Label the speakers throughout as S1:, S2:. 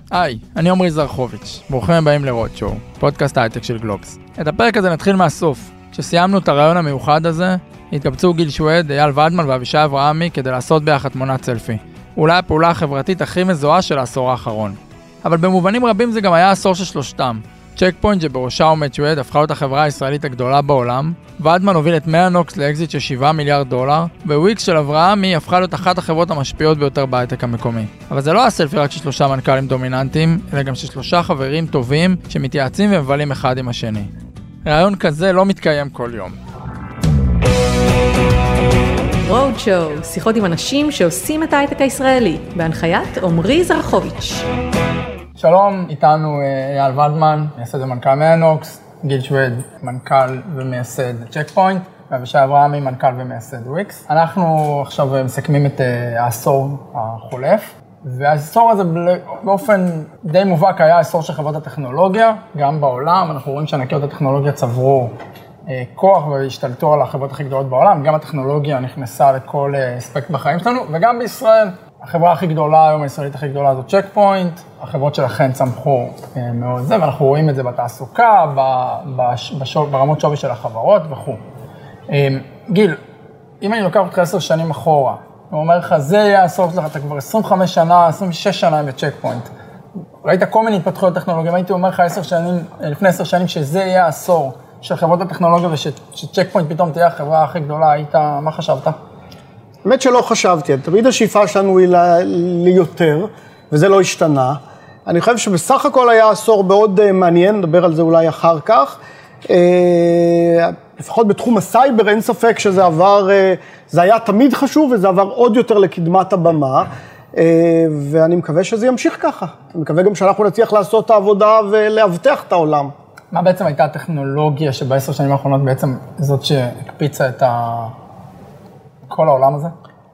S1: היי, אני עומרי זרחוביץ', ברוכים הבאים לרודשואו, פודקאסט ההייטק של גלובס. את הפרק הזה נתחיל מהסוף. כשסיימנו את הרעיון המיוחד הזה, התקבצו גיל שואד, אייל ודמן ואבישי אברהמי כדי לעשות ביחד תמונת סלפי. אולי הפעולה החברתית הכי מזוהה של העשור האחרון. אבל במובנים רבים זה גם היה עשור של שלושתם. צ'ק פוינט שבראשה עומד שואד הפכה להיות החברה הישראלית הגדולה בעולם, ודמן הוביל את מלאנוקס לאקזיט של $7 מיליארד, וויקס של אברהמי הפכה להיות אחת החברות המשפיעות ביותר בהייטק המקומי. אבל זה לא הסלפי רק של 3 מנכ"לים דומיננטיים, אלא גם של 3 חברים טובים שמתייעצים ומבלים אחד עם השני. רעיון כזה לא מתקיים כל יום.
S2: רודשואו, שיחות עם אנשים שעושים את ההייטק הישראלי, בהנחיית עומרי זרחוביץ'.
S1: שלום, איתנו אייל ודמן, מייסד ומנכ"ל מלאנוקס, גיל שואד, מנכ"ל ומייסד צ'ק פוינט, ואבישי אברהמי, מנכ"ל ומייסד וויקס. אנחנו עכשיו מסכמים את העשור החולף, והעשור הזה באופן די מובהק היה העשור של חברות הטכנולוגיה, גם בעולם. אנחנו רואים שענקיות הטכנולוגיה צברו כוח והשתלטו על החברות הכי גדולות בעולם, גם הטכנולוגיה נכנסה לכל אספקט בחיים שלנו, וגם בישראל. החברה הכי גדולה, היום הישראלית הכי גדולה זו צ'ק פוינט, החברות שלכן צמחו מאוד זה, ואנחנו רואים את זה בתעסוקה, ברמות שווי של החברות וכו'. גיל, אם אני לוקח אותך 10 שנים אחורה, הוא אומר לך, זה יהיה העשור שלך, אתה כבר 25 שנה, 26 שנה בצ'ק פוינט. ראית כל מיני התפתחויות טכנולוגיה, הייתי אומר לך לפני 10 שנים שזה יהיה העשור של חברות הטכנולוגיה, ושצ'ק פוינט פתאום תהיה החברה הכי גדולה, מה חשבת?
S3: באמת שלא חשבתי, תמיד השאיפה שלנו היא ליותר, וזה לא השתנה. אני חושב שבסך הכל היה עשור מאוד מעניין, נדבר על זה אולי אחר כך. לפחות בתחום הסייבר אין ספק שזה עבר, זה היה תמיד חשוב, וזה עבר עוד יותר לקדמת הבמה, ואני מקווה שזה ימשיך ככה. אני מקווה גם שאנחנו נצליח לעשות את העבודה ולהבטח את העולם.
S1: מה בעצם הייתה הטכנולוגיה שב10 שנים האחרונות בעצם זאת שהקפיצה את כל העולם הזה?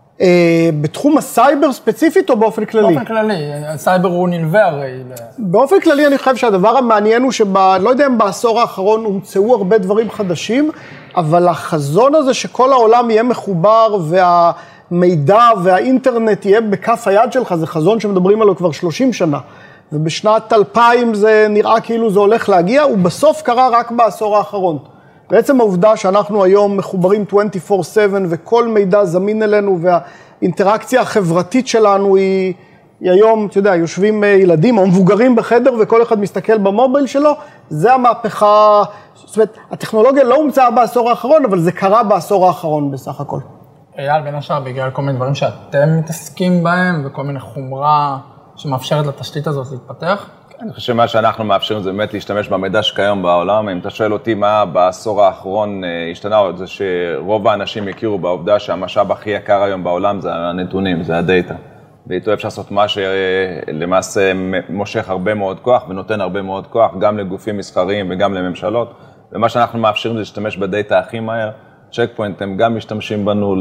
S3: בתחום הסייבר ספציפית או באופן כללי?
S1: באופן כללי, הסייבר הוא נלווה הרי.
S3: באופן כללי אני חושב שהדבר המעניין הוא לא יודע אם בעשור האחרון הומצאו הרבה דברים חדשים, אבל החזון הזה שכל העולם יהיה מחובר והמידע והאינטרנט יהיה בכף היד שלך, זה חזון שמדברים עליו כבר 30 שנה. ובשנת 2000 זה נראה כאילו זה הולך להגיע, ובסוף קרה רק בעשור האחרון. בעצם העובדה שאנחנו היום מחוברים 24/7 וכל מידע זמין אלינו והאינטראקציה החברתית שלנו היא היום, אתה יודע, יושבים ילדים או מבוגרים בחדר וכל אחד מסתכל במובייל שלו, זה המהפכה, זאת אומרת, הטכנולוגיה לא הומצאה בעשור האחרון, אבל זה קרה בעשור האחרון בסך הכל.
S1: אייל, בין השאר, בגלל כל מיני דברים שאתם מתעסקים בהם וכל מיני חומרה שמאפשרת לתשתית הזאת להתפתח?
S4: אני חושב שמה שאנחנו מאפשרים זה באמת להשתמש במידע שקיים בעולם. אם אתה שואל אותי מה בעשור האחרון השתנה, זה שרוב האנשים הכירו בעובדה שהמשאב הכי יקר היום בעולם זה הנתונים, זה הדאטה. ואיתו אפשר לעשות מה שלמעשה מושך הרבה מאוד כוח ונותן הרבה מאוד כוח, גם לגופים מסחריים וגם לממשלות. ומה שאנחנו מאפשרים זה להשתמש בדאטה הכי מהר. צ'ק פוינט הם גם משתמשים בנו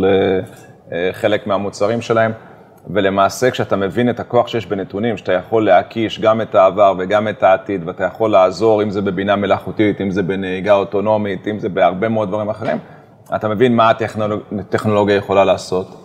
S4: לחלק מהמוצרים שלהם. ולמעשה כשאתה מבין את הכוח שיש בנתונים, שאתה יכול להקיש גם את העבר וגם את העתיד, ואתה יכול לעזור, אם זה בבינה מלאכותית, אם זה בנהיגה אוטונומית, אם זה בהרבה מאוד דברים אחרים, אתה מבין מה הטכנולוגיה יכולה לעשות.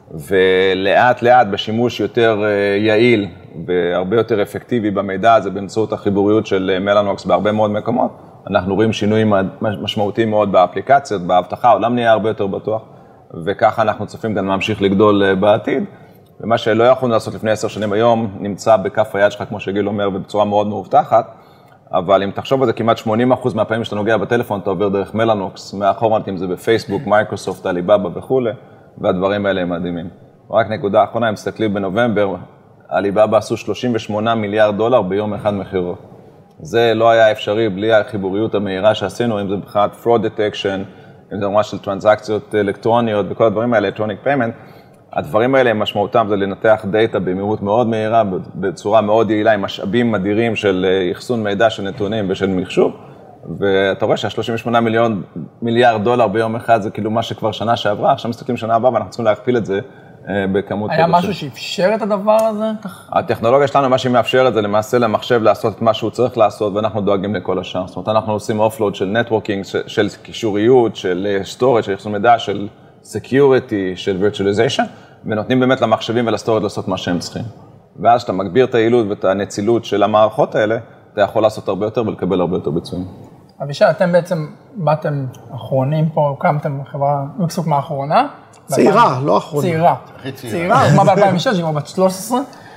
S4: ולאט לאט בשימוש יותר יעיל והרבה יותר אפקטיבי במידע הזה, באמצעות החיבוריות של מלאנוקס בהרבה מאוד מקומות, אנחנו רואים שינויים משמעותיים מאוד באפליקציות, בהבטחה, העולם נהיה הרבה יותר בטוח, וככה אנחנו צופים גם להמשיך לגדול בעתיד. ומה שלא יכולנו לעשות לפני 10 שנים היום, נמצא בכף היד שלך, כמו שגיל אומר, בצורה מאוד מאובטחת, אבל אם תחשוב על זה, כמעט 80% מהפעמים שאתה נוגע בטלפון, אתה עובר דרך מלאנוקס, מאחורנט, אם זה בפייסבוק, מייקרוסופט, עליבאבא וכו', והדברים האלה הם מדהימים. רק נקודה אחרונה, אם תסתכלי בנובמבר, עליבאבא עשו $38 מיליארד ביום אחד מחירות. זה לא היה אפשרי בלי החיבוריות המהירה שעשינו, אם זה בכלל fraud detection, אם זה ממש של טרנזקציות אלקטרוניות וכל הדברים האלה, electronic payment, הדברים האלה הם משמעותם, זה לנתח דאטה במהירות מאוד מהירה, בצורה מאוד יעילה, עם משאבים מדהירים של יחסון מידע של נתונים ושל מחשוב, ואתה רואה שה$38 מיליארד ביום אחד זה כאילו מה שכבר שנה שעברה, עכשיו מסתכלים שנה הבאה ואנחנו צריכים להכפיל את זה בכמות.
S1: היה משהו שאפשר את הדבר הזה?
S4: הטכנולוגיה שלנו, מה שהיא מאפשרת זה למעשה למחשב לעשות את מה שהוא צריך לעשות, ואנחנו דואגים לכל השאר. זאת אומרת, אנחנו עושים אופלוד של נטוורקינג, של קישוריות, של סטורג', של יחסון מידע, של סקיוריטי, של וירטואליזיישן, ונותנים באמת למחשבים ולסטורג' לעשות מה שהם צריכים. ואז שאתה מגביר את היעילות ואת הנצילות של המערכות האלה, אתה יכול לעשות הרבה יותר ולקבל הרבה יותר ביצועים.
S1: אבישי, אתם בעצם באתם אחרונים פה, קמתם חברה מקסוק מהאחרונה.
S3: צעירה, לא אחרונה.
S1: צעירה. צעירה, כמו ב-2006, היא כבר בת 13,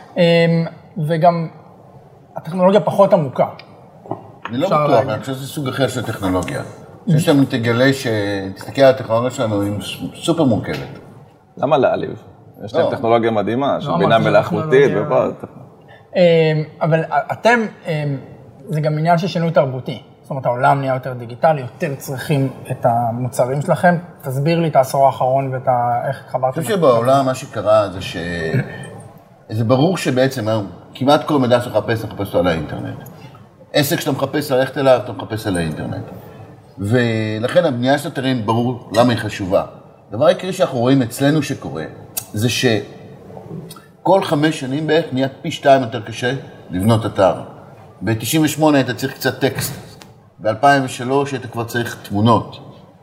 S1: וגם הטכנולוגיה פחות עמוקה.
S5: אני לא בטוח, אני חושב שזה סוג אחר של טכנולוגיה. אני חושב שאתה תגלה שתסתכל על הטכנולוגיה שלנו, היא סופר מורכבת.
S4: למה להעליב? יש להם טכנולוגיה מדהימה, של בינה מלאכותית ופה.
S1: אבל אתם, זה גם עניין של שינוי תרבותי. זאת אומרת, העולם נהיה יותר דיגיטלי, יותר צריכים את המוצרים שלכם. תסביר לי את העשור האחרון ואת איך חברתם.
S5: אני חושב שבעולם מה שקרה זה זה ברור שבעצם כמעט כל מידע שאתה מחפש, אתה מחפש אותו על האינטרנט. עסק שאתה מחפש ללכת אליו, אתה מחפש על האינטרנט. ולכן הבנייה של אתרים ברור למה היא חשובה. דבר העיקרי שאנחנו רואים אצלנו שקורה, זה שכל 5 שנים בערך נהיה פי 2 יותר קשה לבנות אתר. ב-98 היית צריך קצת טקסט, ב-2003 היית כבר צריך תמונות,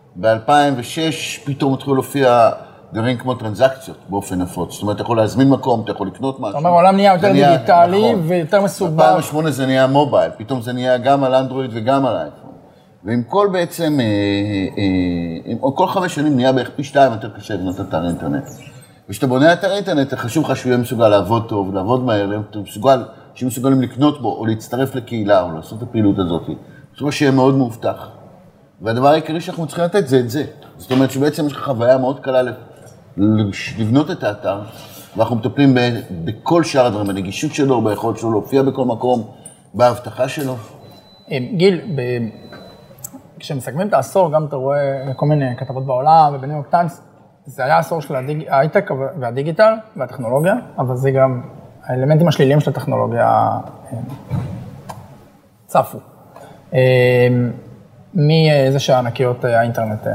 S5: ב-2006 פתאום התחילו להופיע דברים כמו טרנזקציות באופן נפוץ. זאת אומרת, אתה יכול להזמין מקום, אתה יכול לקנות משהו.
S1: זאת אומרת, העולם נהיה יותר דיגיטלי ויותר מסודר.
S5: ב-2008 זה נהיה מובייל, פתאום זה נהיה גם על אנדרואיד וגם על אייפון. ועם כל בעצם, כל 5 שנים נהיה בערך פי 2 יותר קשה לבנות אתר אינטרנט. וכשאתה בונה אתר אינטרנט, חשוב לך שהוא יהיה מסוגל לעבוד טוב, לעבוד מהר, שמסוגלים לקנות בו או להצטרף לקהילה או לעשות את הפעילות הזאת. חשוב שיהיה מאוד מאובטח. והדבר העיקרי שאנחנו צריכים לתת זה את זה. זאת אומרת שבעצם יש לך חוויה מאוד קלה לבנות את האתר, ואנחנו מטפלים בכל שאר הדברים, בנגישות שלו, ביכולת שלו להופיע בכל מקום, בהבטחה שלו.
S1: גיל, כשמסכמים את העשור, גם אתה רואה כל מיני כתבות בעולם ובניו יורק טיימס, זה היה העשור של ההייטק והדיגיטל והטכנולוגיה, אבל זה גם האלמנטים השליליים של הטכנולוגיה צפו. מזה שהענקיות האינטרנט,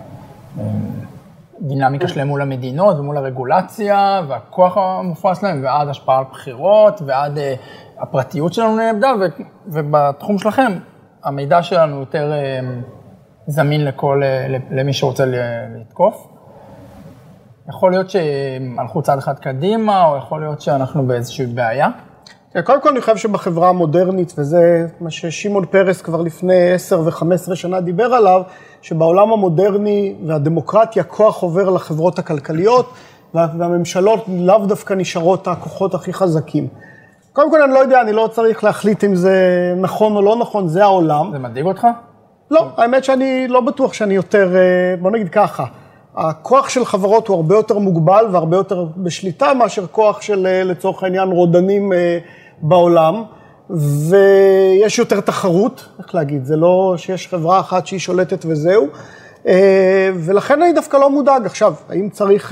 S1: דינמיקה שלהם מול המדינות ומול הרגולציה והכוח המופרע שלהם, ועד השפעה על בחירות, ועד הפרטיות שלנו נאבדה, ובתחום שלכם, המידע שלנו יותר זמין למי שרוצה לתקוף. יכול להיות שהלכו צעד אחד קדימה, או יכול להיות שאנחנו באיזושהי בעיה.
S3: קודם כל אני חושב שבחברה המודרנית, וזה מה ששימון פרס כבר לפני 10 ו-15 שנה דיבר עליו, שבעולם המודרני והדמוקרטיה כוח עובר לחברות הכלכליות, והממשלות לאו דווקא נשארות הכוחות הכי חזקים. קודם כל אני לא יודע, אני לא צריך להחליט אם זה נכון או לא נכון, זה העולם.
S1: זה מדאיג אותך?
S3: לא, האמת שאני לא בטוח שאני יותר, בוא נגיד ככה, הכוח של חברות הוא הרבה יותר מוגבל והרבה יותר בשליטה מאשר כוח של לצורך העניין רודנים בעולם, ויש יותר תחרות, איך להגיד, זה לא שיש חברה אחת שהיא שולטת וזהו, ולכן אני דווקא לא מודאג. עכשיו, האם צריך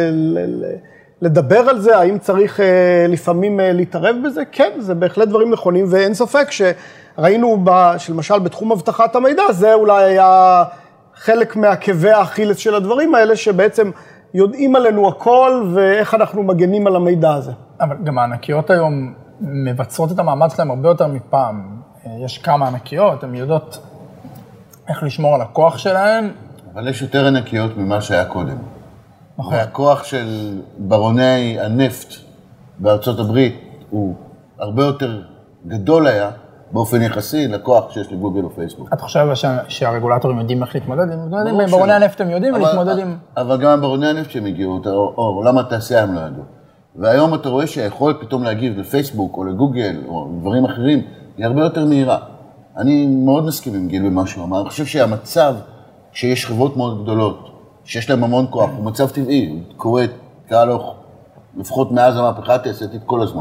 S3: לדבר על זה, האם צריך לפעמים להתערב בזה? כן, זה בהחלט דברים נכונים, ואין ספק שראינו שלמשל בתחום הבטחת המידע, זה אולי היה חלק מהעקבי האכילס של הדברים האלה, שבעצם יודעים עלינו הכל, ואיך אנחנו מגנים על המידע הזה.
S1: אבל גם הענקיות היום מבצרות את המאמץ שלהם הרבה יותר מפעם. יש כמה ענקיות, הן יודעות איך לשמור על הכוח שלהן.
S5: אבל יש יותר ענקיות ממה שהיה קודם.
S1: נכון.
S5: והכוח של ברוני הנפט בארצות הברית הוא הרבה יותר גדול היה, באופן יחסי לכוח שיש לגוגל או פייסבוק.
S1: את חושב שהרגולטורים יודעים איך להתמודד עם ברוני הנפט, הם יודעים להתמודד עם...
S5: אבל גם ברוני הנפט שהם הגיעו, או עולם התעשייה הם לא ידעו. והיום אתה רואה שהיכולת פתאום להגיב לפייסבוק או לגוגל או דברים אחרים, היא הרבה יותר מהירה. אני מאוד מסכים עם גיל במה שהוא אמר. אני חושב שהמצב שיש חברות מאוד גדולות, שיש להם המון כוח, הוא מצב טבעי, הוא קורה, קרה לו, לפחות מאז המהפכה התעשייתית כל הזמן.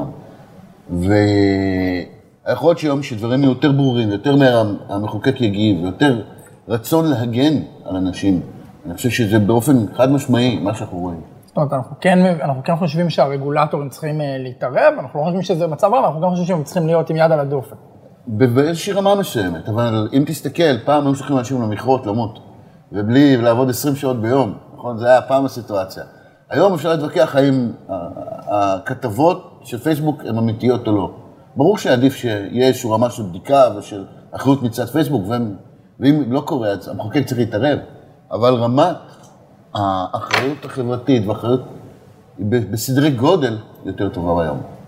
S5: והיכולת שהיום שדברים יהיו יותר ברורים, יותר מהר המחוקק יגיב, ויותר רצון להגן על אנשים, אני חושב שזה באופן חד משמעי, מה שאנחנו רואים.
S1: זאת אומרת, אנחנו כן חושבים שהרגולטורים צריכים להתערב, אנחנו לא חושבים שזה מצב רע, אנחנו גם חושבים שהם צריכים להיות עם יד על הדופן.
S5: באיזושהי רמה מסוימת, אבל אם תסתכל, פעם היו שולחים אנשים למכרות, למות, ובלי לעבוד 20 שעות ביום, נכון? זה היה פעם הסיטואציה. היום אפשר להתווכח האם הכתבות של פייסבוק הן אמיתיות או לא. ברור שעדיף שיהיה איזושהי רמה של בדיקה ושל אחריות מצד פייסבוק, ואם לא קורה, אז המחוקק צריך להתערב, אבל רמת האחריות החברתית והאחריות היא בסדרי גודל יותר טובה היום.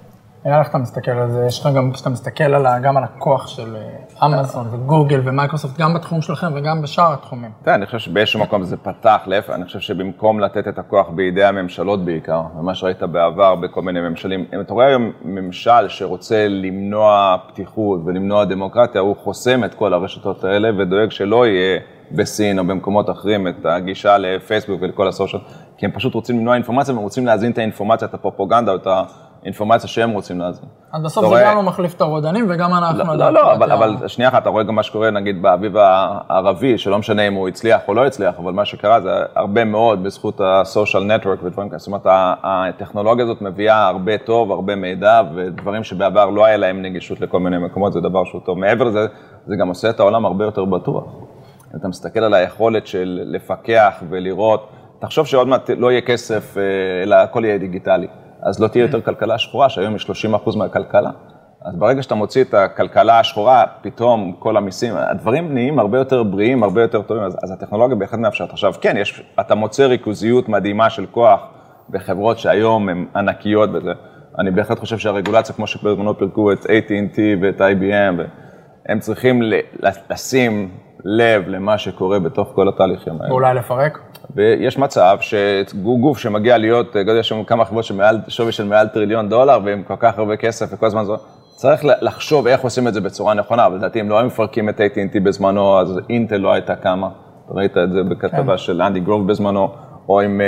S1: נראה לך אתה מסתכל על זה, יש לך גם, כשאתה מסתכל גם על הכוח של אמזון וגוגל ומייקרוסופט, גם בתחום שלכם וגם בשאר התחומים.
S4: אני חושב שבאיזשהו מקום זה פתח להפך, אני חושב שבמקום לתת את הכוח בידי הממשלות בעיקר, ומה שראית בעבר בכל מיני ממשלים, אם אתה רואה היום ממשל שרוצה למנוע פתיחות ולמנוע דמוקרטיה, הוא חוסם את כל הרשתות האלה ודואג שלא יהיה בסין או במקומות אחרים את הגישה לפייסבוק ולכל הסושיאל, כי הם פשוט רוצים למנוע אינפורמציה, והם רוצים להזין את האינפורמציה, את הפרופוגנדה, את האינפורמציה שהם רוצים להזין.
S1: אז בסוף זה גם לא מחליף את הרודנים, וגם אנחנו...
S4: לא, אבל שנייה אחת, אתה רואה גם מה שקורה, נגיד, באביב הערבי, שלא משנה אם הוא הצליח או לא הצליח, אבל מה שקרה זה הרבה מאוד בזכות ה-social network ודברים כאלה. זאת אומרת, הטכנולוגיה הזאת מביאה הרבה טוב, הרבה מידע, ודברים שבעבר לא היה להם נגישות לכל מיני מקומות, זה דבר שהוא טוב. מעבר לזה, זה גם עושה את העולם הרבה יותר בטוח. אתה מסתכל על היכולת של לפקח ולראות, תחשוב שעוד מעט לא יהיה כסף, אלא הכל יהיה דיגיטלי. אז לא תהיה יותר כלכלה שחורה, שהיום היא 30% מהכלכלה. אז ברגע שאתה מוציא את הכלכלה השחורה, פתאום כל המיסים, הדברים נהיים הרבה יותר בריאים, הרבה יותר טובים, אז הטכנולוגיה בהחלט מאפשרת. עכשיו, כן, אתה מוצא ריכוזיות מדהימה של כוח בחברות שהיום הן ענקיות בזה. אני בהחלט חושב שהרגולציה, כמו שבזמנו פירקו את AT&T ואת IBM, הם צריכים לשים לב למה שקורה בתוך כל התהליכים האלה.
S1: ואולי לפרק?
S4: ויש מצב שגוף שמגיע להיות, יש שם כמה חברות שווי של מעל $1 טריליון, ועם כל כך הרבה כסף וכל הזמן זאת, צריך לחשוב איך עושים את זה בצורה נכונה, אבל לדעתי אם לא היו מפרקים את AT&T בזמנו, אז אינטל לא הייתה קמה, ראית את זה בכתבה של אנדי גרוב בזמנו, או עם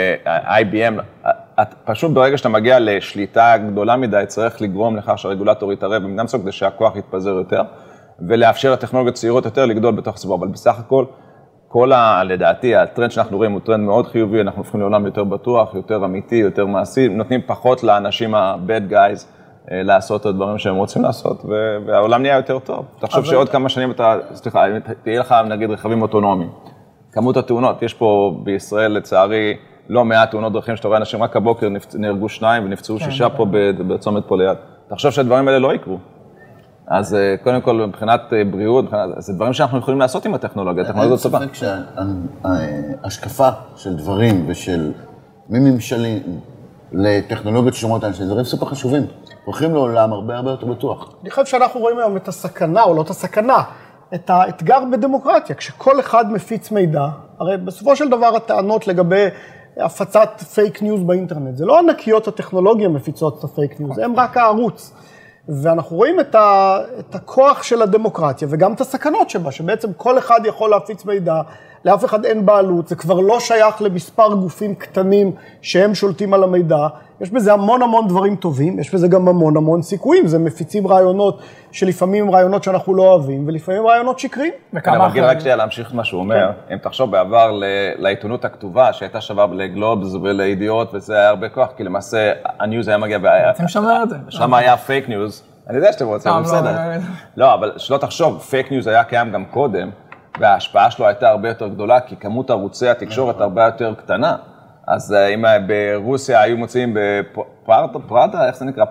S4: IBM, פשוט ברגע שאתה מגיע לשליטה גדולה מדי, צריך לגרום לכך שהרגולטור יתערב במידה מסוימת כדי שהכוח יתפזר יותר, ולאפשר לטכנולוגיות צעירות יותר לגדול בתוך הציבור, אבל בסך הכל, לדעתי, הטרנד שאנחנו רואים הוא טרנד מאוד חיובי, אנחנו הופכים לעולם יותר בטוח, יותר אמיתי, יותר מעשי, נותנים פחות לאנשים ה-bad guys לעשות את הדברים שהם רוצים לעשות, והעולם נהיה יותר טוב. תחשוב שעוד כמה שנים תהיה לך, נגיד, רכבים אוטונומיים. כמות התאונות, יש פה בישראל, לצערי, לא מעט תאונות דרכים שאתה רואה אנשים, רק הבוקר נהרגו 2 ונפצעו 6 פה בצומת פה ליד. תחשוב שהדברים האלה לא יקרו. אז קודם כל, מבחינת בריאות, זה דברים שאנחנו יכולים לעשות עם הטכנולוגיה, הטכנולוגיה זאת טובה.
S5: אין ספק שההשקפה של דברים ושל מממשלים לטכנולוגיות שומרות האנשים, זה דברים סופר חשובים. הולכים לעולם הרבה יותר בטוח.
S3: אני חושב שאנחנו רואים היום את הסכנה, או לא את הסכנה, את האתגר בדמוקרטיה, כשכל אחד מפיץ מידע, הרי בסופו של דבר הטענות לגבי הפצת פייק ניוז באינטרנט, זה לא ענקיות הטכנולוגיה מפיצות את הפייק ניוז, הם רק הערוץ. ואנחנו רואים את הכוח של הדמוקרטיה וגם את הסכנות שבה, שבעצם כל אחד יכול להפיץ מידע, לאף אחד אין בעלות, זה כבר לא שייך למספר גופים קטנים שהם שולטים על המידע, יש בזה המון דברים טובים, יש בזה גם המון סיכויים, זה מפיצים רעיונות שלפעמים רעיונות שאנחנו לא אוהבים, ולפעמים רעיונות שקריים.
S4: אני מרגיל רק שנייה להמשיך מה שהוא אומר, אם תחשוב בעבר לעיתונות הכתובה, שהייתה שווה לגלובס ולידיעות, וזה היה הרבה כוח, כי למעשה הניוז היה מגיע
S1: רוצים לשמר את זה.
S4: שם היה פייק ניוז, אני יודע שאתם רוצים, בסדר. לא, אבל שלא תחשוב, פייק ניוז היה קיים גם קודם, וההשפעה שלו הייתה הרבה יותר גדולה, כי כמות ערוצי התקשורת הרבה יותר קטנה. אז אם ברוסיה היו מוצאים בפרדה, איך זה נקרא?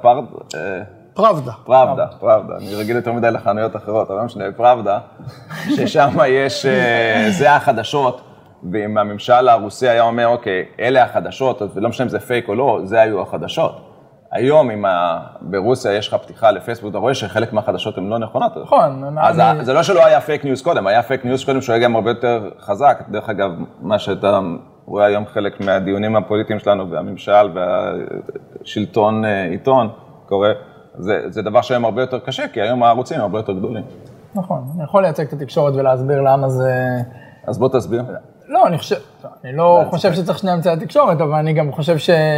S4: פראבדה. אני רגיל יותר מדי לחנויות אחרות, אבל לא משנה, פראבדה, ששם יש, זה החדשות, ואם הממשל הרוסי היה אומר, אוקיי, אלה החדשות, ולא משנה אם זה פייק או לא, זה היו החדשות. היום, אם ברוסיה יש לך פתיחה לפייסבוק, אתה רואה שחלק מהחדשות הן לא נכונות.
S1: נכון.
S4: אז זה לא שלא היה פייק ניוז קודם, היה פייק ניוז קודם שהוא היה גם הרבה יותר חזק. דרך אגב, מה שאתה רואה היום חלק מהדיונים הפוליטיים שלנו, והממשל והשלטון עיתון קורה, זה דבר שהיום הרבה יותר קשה, כי היום הערוצים הם הרבה יותר גדולים.
S1: נכון, אני יכול לייצג את התקשורת ולהסביר למה זה...
S4: אז בוא תסביר.
S1: לא, אני לא חושב שצריך שני אמצעי התקשורת, אבל אני גם חושב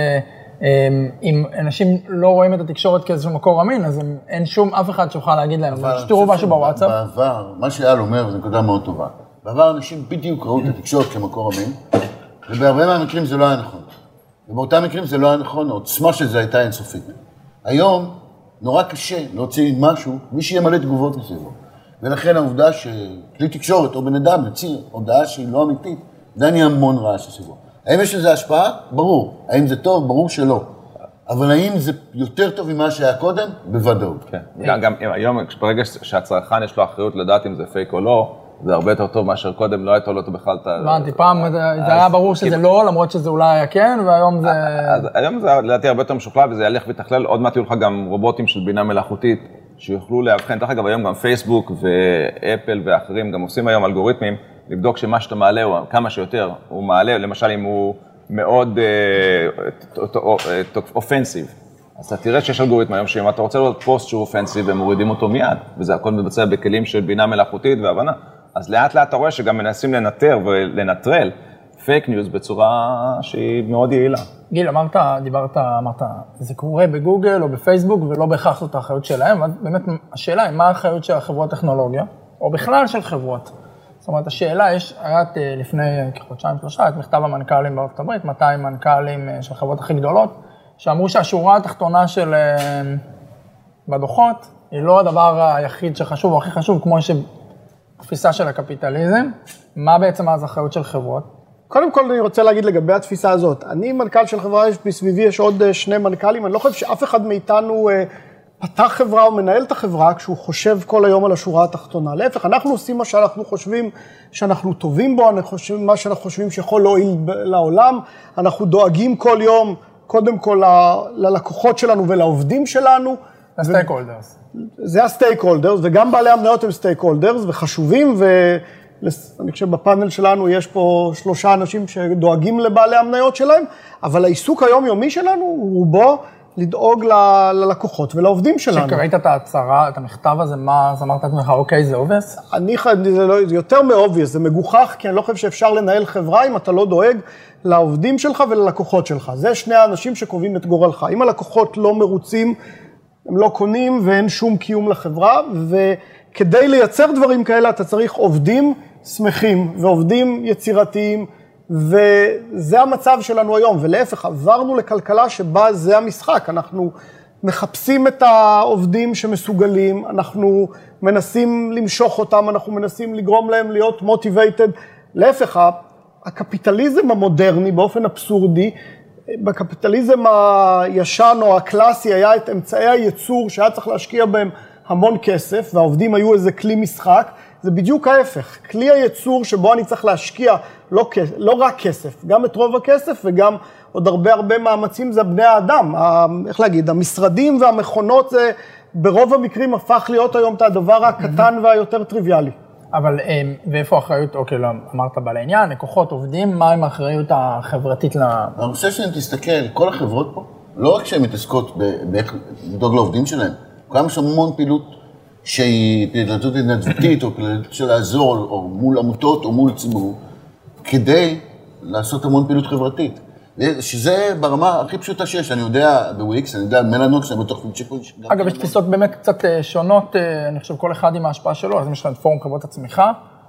S1: אם אנשים לא רואים את התקשורת כאיזשהו מקור אמין, אז אין שום אף אחד שיוכל להגיד להם, שתראו משהו בוואטסאפ.
S5: בעבר, מה שאייל אומר, זו נקודה מאוד טובה. בעבר אנשים בדיוק ראו את התקשורת כמקור אמין, ובהרבה מהמקרים זה לא היה נכון. ובאותם מקרים זה לא היה נכון, העוצמה של זה הייתה אינסופית. היום נורא קשה להוציא משהו, מי שימלא תגובות מסביבו. ולכן העובדה שכלי תקשורת או בן אדם יוציא הודעה שהיא לא אמיתית, זה נהיה המון רעש מסביבו. האם יש לזה השפעה? ברור. האם זה טוב? ברור שלא. אבל האם זה יותר טוב ממה שהיה קודם? בוודאות.
S4: כן. גם היום, ברגע שהצרכן יש לו אחריות לדעת אם זה פייק או לא, זה הרבה יותר טוב מאשר קודם, לא הייתה לו בכלל את ה...
S1: הבנתי, פעם זה היה ברור שזה לא, למרות שזה אולי היה כן, והיום זה...
S4: היום זה לדעתי הרבה יותר משוכלל, וזה ילך ויתכלל, עוד מעט יהיו לך גם רובוטים של בינה מלאכותית, שיוכלו להבחן, דרך אגב, היום גם פייסבוק ואפל ואחרים גם עושים היום אלגוריתמים, לבדוק שמה שאתה מעלה, הוא כמה שיותר, הוא מעלה, למשל אם הוא מאוד אופנסיב, אז אתה תראה שיש אלגוריתם היום שאם אתה רוצה לראות פוסט שהוא אופנסיב, הם מורידים אותו מיד, וזה הכל מבצע בכלים של בינה מלאכותית והבנה. אז לאט לאט אתה רואה שגם מנסים לנטר ולנטרל פייק ניוז בצורה שהיא מאוד יעילה.
S1: גיל, אמרת, זה קורה בגוגל או בפייסבוק ולא בהכרח זאת האחריות שלהם, אז באמת השאלה היא מה האחריות של החברות טכנולוגיה, או בכלל של חברות. זאת אומרת, השאלה, היה לפני כחודשיים-שלושה, את מכתב המנכ"לים בארצות הברית, 200 מנכ"לים של חברות הכי גדולות, שאמרו שהשורה התחתונה של בדוחות, היא לא הדבר היחיד שחשוב או הכי חשוב, כמו תפיסה של הקפיטליזם, מה בעצם אז האחריות של חברות?
S3: קודם כל אני רוצה להגיד לגבי התפיסה הזאת. אני מנכ"ל של חברה, בסביבי יש עוד 2 מנכ"לים, אני לא חושב שאף אחד מאיתנו פתח חברה או מנהל את החברה כשהוא חושב כל היום על השורה התחתונה. להפך, אנחנו עושים מה שאנחנו חושבים שאנחנו טובים בו, מה שאנחנו חושבים שיכול להועיל לעולם, אנחנו דואגים כל יום, קודם כל ללקוחות שלנו ולעובדים שלנו.
S1: הסטייק הולדרס.
S3: זה הסטייק הולדרס, וגם בעלי המניות הם סטייק הולדרס, וחשובים, ואני חושב בפאנל שלנו יש פה 3 אנשים שדואגים לבעלי המניות שלהם, אבל העיסוק היומיומי שלנו הוא רובו לדאוג ללקוחות ולעובדים שלנו.
S1: כשקראית את ההצהרה, את המכתב הזה, אז אמרת לעצמך, אוקיי, זה אובייס?
S3: זה יותר מאובייס, זה מגוחך, כי אני לא חושב שאפשר לנהל חברה אם אתה לא דואג לעובדים שלך וללקוחות שלך. זה 2 האנשים שקובעים את גורלך. אם הלקוחות לא מרוצים, הם לא קונים ואין שום קיום לחברה, וכדי לייצר דברים כאלה אתה צריך עובדים שמחים ועובדים יצירתיים, וזה המצב שלנו היום, ולהפך, עברנו לכלכלה שבה זה המשחק, אנחנו מחפשים את העובדים שמסוגלים, אנחנו מנסים למשוך אותם, אנחנו מנסים לגרום להם להיות motivated, להפך, הקפיטליזם המודרני באופן אבסורדי, בקפיטליזם הישן או הקלאסי היה את אמצעי הייצור שהיה צריך להשקיע בהם המון כסף, והעובדים היו איזה כלי משחק, זה בדיוק ההפך. כלי הייצור שבו אני צריך להשקיע לא רק כסף, גם את רוב הכסף וגם עוד הרבה מאמצים זה בני האדם. איך להגיד, המשרדים והמכונות זה ברוב המקרים הפך להיות היום את הדבר הקטן והיותר טריוויאלי.
S1: אבל ואיפה האחריות, אוקיי, לא אמרת בעל העניין, לקוחות עובדים, מה עם האחריות החברתית
S5: אני חושב שאם תסתכל, כל החברות פה, לא רק שהן מתעסקות באיך לדאוג לעובדים שלהם, גם יש המון פעילות שהיא פעילות התנדבותית, או פעילות של לעזור, או מול עמותות, או מול ציבור, כדי לעשות המון פעילות חברתית. שזה ברמה הכי פשוטה שיש, אני יודע בוויקס, אני יודע מלאנוקס, אני בטוח צ'קפוינט.
S1: אגב, יש תפיסות באמת קצת שונות, אני חושב כל אחד עם ההשפעה שלו, אז יש לכם את פורום חברות הצמיחה.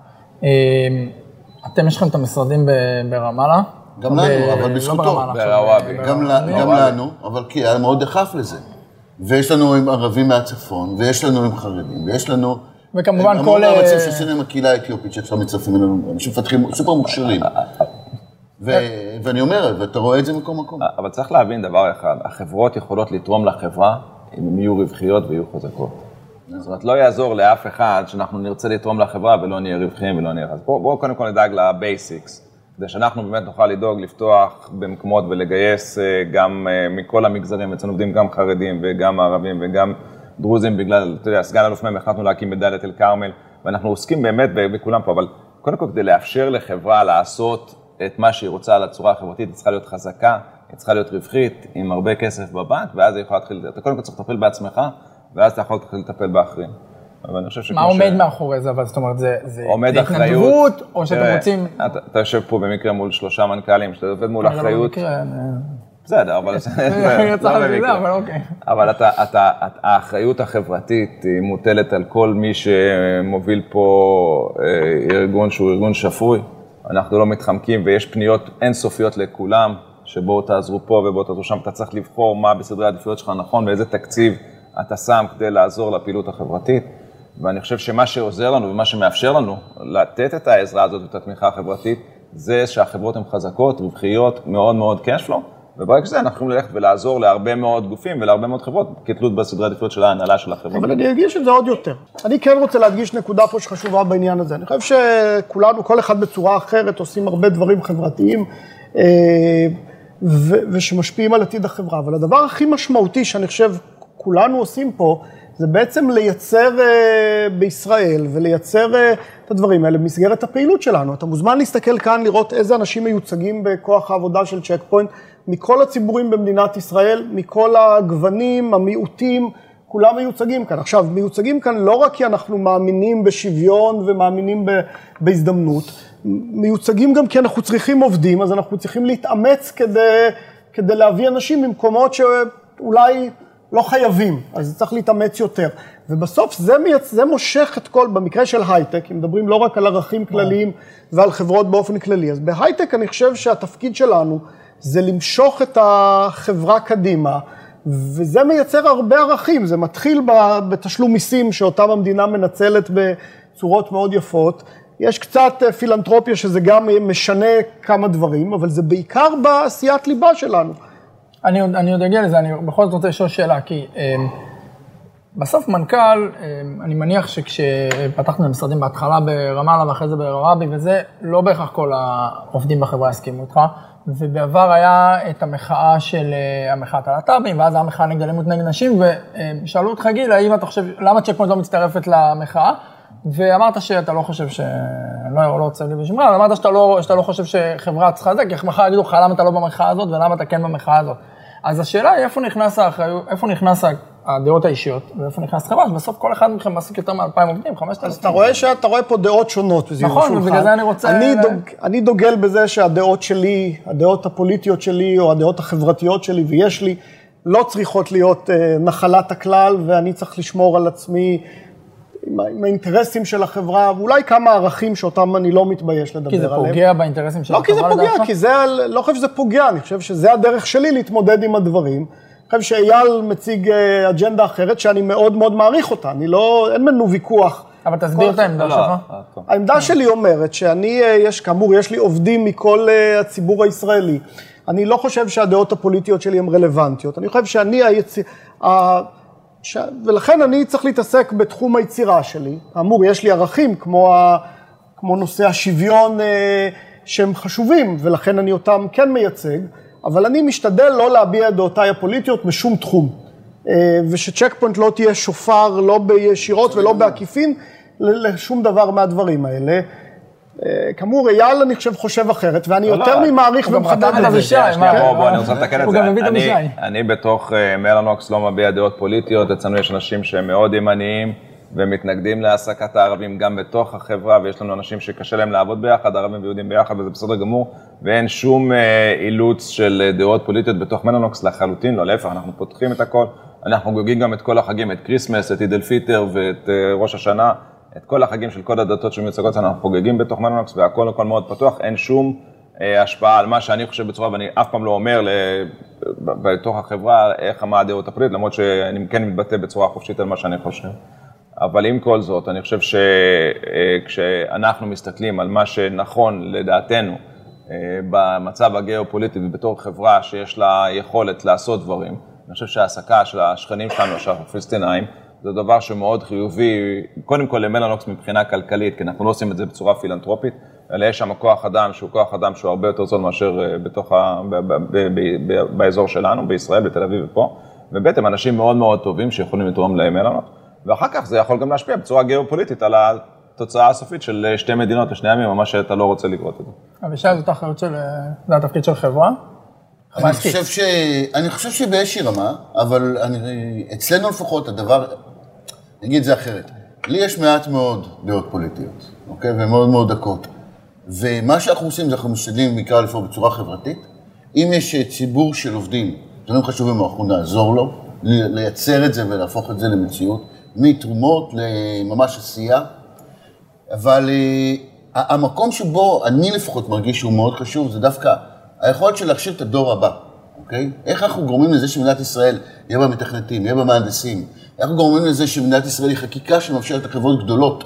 S1: אתם יש לכם את המשרדים ברמאללה.
S5: גם לנו, אבל בזכותו. גם לנו, אבל כי היה מאוד דחף לזה. ויש לנו עם ערבים מהצפון, ויש לנו עם חרדים, ויש לנו...
S1: וכמובן כל...
S5: המון מאמצים שעשינו עם הקהילה האתיופית, שעכשיו מצטרפים אלינו, אנשים מפתחים סופר מוכשרים. ואני אומר, ואתה רואה את זה מקום.
S4: אבל צריך להבין דבר אחד, החברות יכולות לתרום לחברה אם הן יהיו רווחיות ויהיו חזקות. זאת אומרת, לא יעזור לאף אחד שאנחנו נרצה לתרום לחברה ולא נהיה רווחיים ולא נהיה... אז בואו קודם כל נדאג לבייסיקס, כדי שאנחנו באמת נוכל לדאוג, לפתוח במקומות ולגייס גם מכל המגזרים, אצלנו עובדים גם חרדים וגם ערבים וגם דרוזים, בגלל, אתה יודע, סגן אלוף מהם החלטנו להקים בדאלית אל כרמל, ואנחנו עוסקים באמת בכולם פה, אבל קודם כל כדי לאפשר לחברה לעשות את מה שהיא רוצה על הצורה החברתית, היא צריכה להיות חזקה, היא צריכה להיות רווחית, עם הרבה כסף בבנק, ואז היא יכולה להתחיל, אתה קודם כל צריך לטפל בעצמך, ואז אתה יכול להתחיל לטפל באחרים. אבל אני חושב שכמו
S1: מה עומד מאחורי זה, אבל זאת אומרת, זה התנדבות, או שאתם רוצים...
S4: אתה יושב פה במקרה מול 3 מנכ"לים, שאתה עובד מול אחריות... בסדר, אבל... אבל האחריות החברתית היא מוטלת על כל מי שמוביל פה ארגון שהוא ארגון שפוי. אנחנו לא מתחמקים ויש פניות אינסופיות לכולם, שבואו תעזרו פה ובואו תעזרו שם. אתה צריך לבחור מה בסדרי העדיפויות שלך נכון ואיזה תקציב אתה שם כדי לעזור לפעילות החברתית. ואני חושב שמה שעוזר לנו ומה שמאפשר לנו לתת את העזרה הזאת ואת התמיכה החברתית, זה שהחברות הן חזקות, רווחיות, מאוד מאוד קשפלו, וברגע שזה אנחנו יכולים ללכת ולעזור להרבה מאוד גופים ולהרבה מאוד חברות, כתלות בסדרי עדיפויות של ההנהלה של החברות.
S3: אבל אני אדגיש את זה עוד יותר. אני כן רוצה להדגיש נקודה פה שחשובה בעניין הזה. אני חושב שכולנו, כל אחד בצורה אחרת, עושים הרבה דברים חברתיים, ושמשפיעים על עתיד החברה. אבל הדבר הכי משמעותי שאני חושב כולנו עושים פה, זה בעצם לייצר בישראל ולייצר את הדברים האלה במסגרת הפעילות שלנו. אתה מוזמן להסתכל כאן, לראות איזה אנשים מיוצגים בכוח העבודה של צ'ק פוינט, מכל הציבורים במדינת ישראל, מכל הגוונים, המיעוטים, כולם מיוצגים כאן. עכשיו, מיוצגים כאן לא רק כי אנחנו מאמינים בשוויון ומאמינים בהזדמנות, מיוצגים גם כי אנחנו צריכים עובדים, אז אנחנו צריכים להתאמץ כדי להביא אנשים ממקומות שאולי לא חייבים, אז צריך להתאמץ יותר. ובסוף זה מושך את כל, במקרה של הייטק, אם מדברים לא רק על ערכים כלליים ועל חברות באופן כללי, אז בהייטק אני חושב שהתפקיד שלנו זה למשוך את החברה קדימה, וזה מייצר הרבה ערכים, זה מתחיל בתשלום מיסים שאותם המדינה מנצלת בצורות מאוד יפות, יש קצת פילנטרופיה שזה גם משנה כמה דברים, אבל זה בעיקר בעשיית ליבה שלנו.
S1: אני עוד אגיע לזה, אני בכל זאת רוצה לשאול שאלה, כי בסוף מנכ"ל, אני מניח שכשפתחנו למשרדים בהתחלה ברמאללה ואחרי זה ברבי וזה, לא בהכרח כל העובדים בחברה הסכימו אותך, ובעבר היה את המחאה של המחאת הלהט"בים, ואז היה המחאה נגד אלימות נגד נשים, ושאלו אותך גיל, האם אתה חושב, למה צ'ק פוינט לא מצטרפת למחאה? ואמרת שאתה לא חושב לא רוצה לי בשמרה, אבל אמרת שאתה לא חושב שחברה צריכה את זה, כי מחר יגידו לך למה אתה לא במחאה הזאת ולמה אתה כן במחאה הזאת. אז השאלה היא איפה נכנס הדעות האישיות, ואיפה נכנס חברה, שבסוף כל אחד מכם מעסיק יותר מ-2,000 עובדים, 5,000.
S3: אז אתה רואה פה דעות שונות.
S1: נכון, ובגלל זה אני רוצה...
S3: אני דוגל בזה שהדעות שלי, הדעות הפוליטיות שלי, או הדעות החברתיות שלי, ויש לי, לא צריכות להיות נחלת הכלל, ואני צריך לשמור על עצמי עם האינטרסים של החברה, ואולי כמה ערכים שאותם אני לא מתבייש לדבר עליהם.
S1: כי זה פוגע באינטרסים של החברה?
S3: לא, כי זה פוגע, כי זה, לא חושב שזה פוגע, אני חושב שזה הדרך שלי להתמודד עם הדברים. אני חושב שאייל מציג אג'נדה אחרת, שאני מאוד מאוד מעריך אותה, אין לנו ויכוח.
S1: אבל תסביר את העמדה שלך.
S3: העמדה שלי אומרת שאני, כאמור, יש לי עובדים מכל הציבור הישראלי. אני לא חושב שהדעות הפוליטיות שלי הן רלוונטיות. אני חושב שאני ולכן אני צריך להתעסק בתחום היצירה שלי. כאמור, יש לי ערכים כמו נושא השוויון שהם חשובים, ולכן אני אותם כן מייצג, אבל אני משתדל לא להביע דעותיי הפוליטיות משום תחום. ושצ'ק פוינט לא תהיה שופר, לא בישירות ולא בעקיפין, לשום דבר מהדברים האלה. כאמור, אייל אני חושב אחרת, ואני יותר ממעריך ומחדד את זה.
S4: בוא, אני רוצה לתקן את זה. אני בתוך מלאנוקס לא מביע דעות פוליטיות, אצלנו יש אנשים שהם מאוד ימניים, ומתנגדים להעסקת הערבים גם בתוך החברה, ויש לנו אנשים שקשה להם לעבוד ביחד, ערבים ויהודים ביחד, וזה בסדר גמור, ואין שום אילוץ של דעות פוליטיות בתוך מלאנוקס לחלוטין, לא להפך, אנחנו פותחים את הכל, אנחנו גוגים גם את כל החגים, את קריסמס, את עיד אל פיטר ואת ראש השנה, את כל החגים של כל הדתות שמיוצגות, אנחנו חוגגים בתוך מלאנוקס, והכל מאוד פתוח, אין שום השפעה על מה שאני חושב בצורה, ואני אף פעם לא אומר בתוך החברה איך מה הדעות הפוליטיות, למרות שאני כן מתבטא בצורה חופשית על מה שאני חושב. אבל עם כל זאת, אני חושב שכשאנחנו מסתכלים על מה שנכון לדעתנו במצב הגיאופוליטי ובתור חברה שיש לה יכולת לעשות דברים, אני חושב שהעסקה של השכנים שלנו, של הפלסטינאים, זה דבר שמאוד חיובי, קודם כל למלאנוקס מבחינה כלכלית, כי אנחנו לא עושים את זה בצורה פילנטרופית, אלא יש שם כוח אדם שהוא הרבה יותר זול מאשר באזור שלנו, בישראל, בתל אביב ופה, ובעצם אנשים מאוד מאוד טובים שיכולים לתרום למלאנוקס. ואחר כך זה יכול גם להשפיע בצורה גיאופוליטית על התוצאה הסופית של שתי מדינות לשני עמים, ממש שאתה לא רוצה לקרות את זה.
S1: אבישי, זאת האחריות של, זה התפקיד של חברה?
S5: אני חושב שבאיזושהי רמה, אבל אצלנו לפחות הדבר, נגיד זה אחרת, לי יש מעט מאוד דעות פוליטיות, אוקיי? ומאוד מאוד דקות. ומה שאנחנו עושים זה אנחנו משתדלים בעיקר לפעול בצורה חברתית. אם יש ציבור של עובדים, דברים חשובים, אנחנו נעזור לו, לייצר את זה ולהפוך את זה למציאות, מתרומות לממש עשייה, אבל המקום שבו אני לפחות מרגיש שהוא מאוד חשוב, זה דווקא היכולת של להכשיר את הדור הבא, אוקיי? איך אנחנו גורמים לזה שמדינת ישראל יהיה בה מתכנתים, יהיה בה מהנדסים, איך אנחנו גורמים לזה שמדינת ישראל היא חקיקה שמאפשרת לחברות גדולות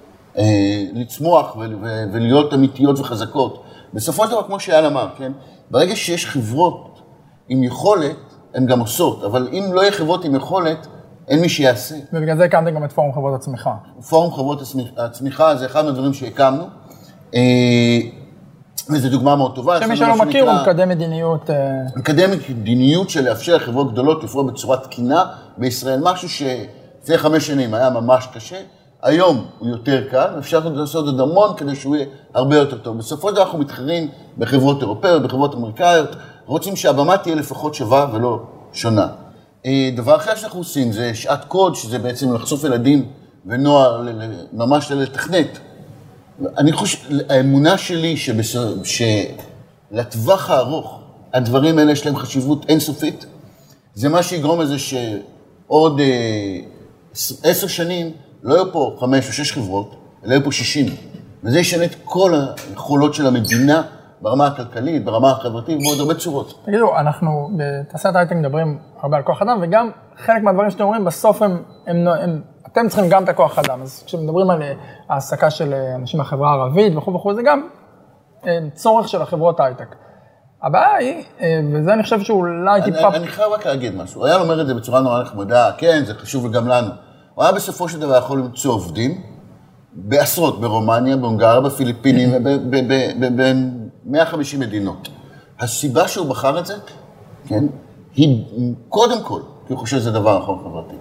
S5: לצמוח ולהיות אמיתיות וחזקות. בסופו של דבר, כמו שאייל אמר, כן? ברגע שיש חברות עם יכולת, הן גם עושות, אבל אם לא יהיה חברות עם יכולת, אין מי שיעשה.
S1: ובגלל זה הקמתם גם את פורום חברות הצמיחה.
S5: פורום חברות הצמיחה זה אחד מהדברים שהקמנו, וזו דוגמה מאוד טובה.
S1: שמי שלא מכיר, הוא מקדם מדיניות.
S5: מקדם מדיניות של לאפשר לחברות גדולות לפעול בצורה תקינה בישראל, משהו שלפני 5 שנים היה ממש קשה, היום הוא יותר קל, אפשר לעשות עוד המון כדי שהוא יהיה הרבה יותר טוב. בסופו של דבר אנחנו מתחרים בחברות אירופאיות, בחברות אמריקאיות, רוצים שהבמה תהיה לפחות שווה ולא שונה. דבר אחר שאנחנו עושים זה שעת קוד, שזה בעצם לחשוף ילדים ונוער, ממש לתכנת. אני חושב, האמונה שלי שלטווח הארוך, הדברים האלה יש להם חשיבות אינסופית, זה מה שיגרום לזה שעוד 10 שנים לא יהיו פה 5 או 6 חברות, אלא יהיו פה 60. וזה ישנה את כל היכולות של המדינה ברמה הכלכלית, ברמה החברתית, ובעוד הרבה צורות.
S1: תגידו, אנחנו בתעשיית ההייטק מדברים הרבה על כוח אדם, וגם חלק מהדברים שאתם אומרים, בסוף אתם צריכים גם את הכוח אדם. אז כשמדברים על העסקה של אנשים מהחברה הערבית וכו', זה גם צורך של החברות ההייטק. הבעיה היא, וזה אני חושב שאולי טיפה...
S5: אני חייב רק להגיד משהו. הוא היה אומר את זה בצורה נורא נחמדה, כן, זה חשוב גם לנו. הוא היה בסופו של דבר יכול למצוא עובדים, בעשרות, ברומניה, בהונגריה, בפיליפינים, ב-150 מדינות. הסיבה שהוא בחר את זה, כן, היא קודם כל, כי הוא חושב שזה דבר נכון חברתית.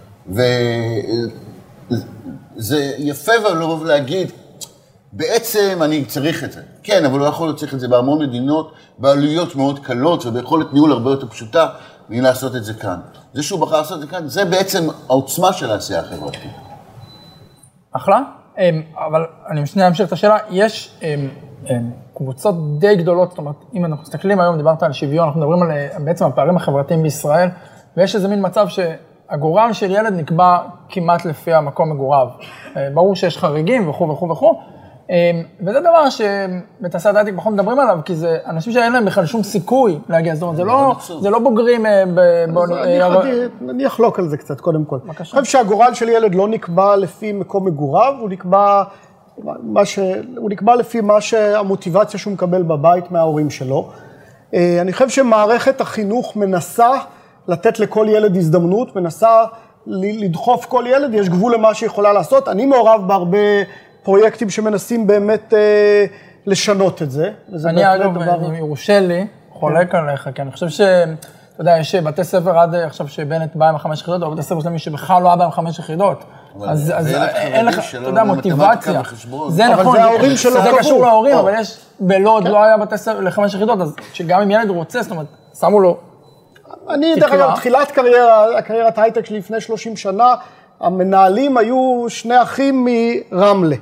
S5: וזה יפה ולא להגיד, בעצם אני צריך את זה. כן, אבל הוא יכול להצליח את זה בהמון מדינות, בעלויות מאוד קלות וביכולת ניהול הרבה יותר פשוטה, והנה לעשות את זה כאן. זה שהוא בחר לעשות את זה כאן, זה בעצם העוצמה של העשייה החברתית.
S1: אחלה, אבל אני שנייה אמשיך את השאלה, יש קבוצות די גדולות, זאת אומרת, אם אנחנו מסתכלים היום, דיברת על שוויון, אנחנו מדברים על בעצם הפערים החברתיים בישראל, ויש איזה מין מצב שהגורל של ילד נקבע כמעט לפי המקום מגוריו. ברור שיש חריגים וכו' וכו' וכו', וזה דבר שבתעשיית ההייטק פחות מדברים עליו, כי זה אנשים שאין להם בכלל שום סיכוי להגיע, זאת אומרת, זה לא בוגרים...
S3: אני אחלוק על זה קצת, קודם כל. אני חושב שהגורל של ילד לא נקבע לפי מקום מגוריו, הוא נקבע לפי מה שהמוטיבציה שהוא מקבל בבית מההורים שלו. אני חושב שמערכת החינוך מנסה לתת לכל ילד הזדמנות, מנסה לדחוף כל ילד, יש גבול למה שיכולה לעשות. אני מעורב בהרבה פרויקטים שמנסים באמת לשנות את זה.
S1: אני אגב, יורשה לי, חולק עליך, כי אני חושב אתה יודע, יש בתי ספר עד עכשיו שבנט בא עם 5 יחידות, או בתי ספר שלמי שבכלל לא היה בהם 5 יחידות. אז אין לך, אתה יודע, מוטיבציה. זה נכון, זה קשור להורים, אבל יש בלוד לא היה בתי ספר ל5 יחידות, אז שגם אם ילד רוצה, זאת אומרת, שמו לו
S3: אני, דרך אגב, תחילת הקריירת הייטק שלי לפני 30 שנה, המנהלים היו 2 אחים מרמלה.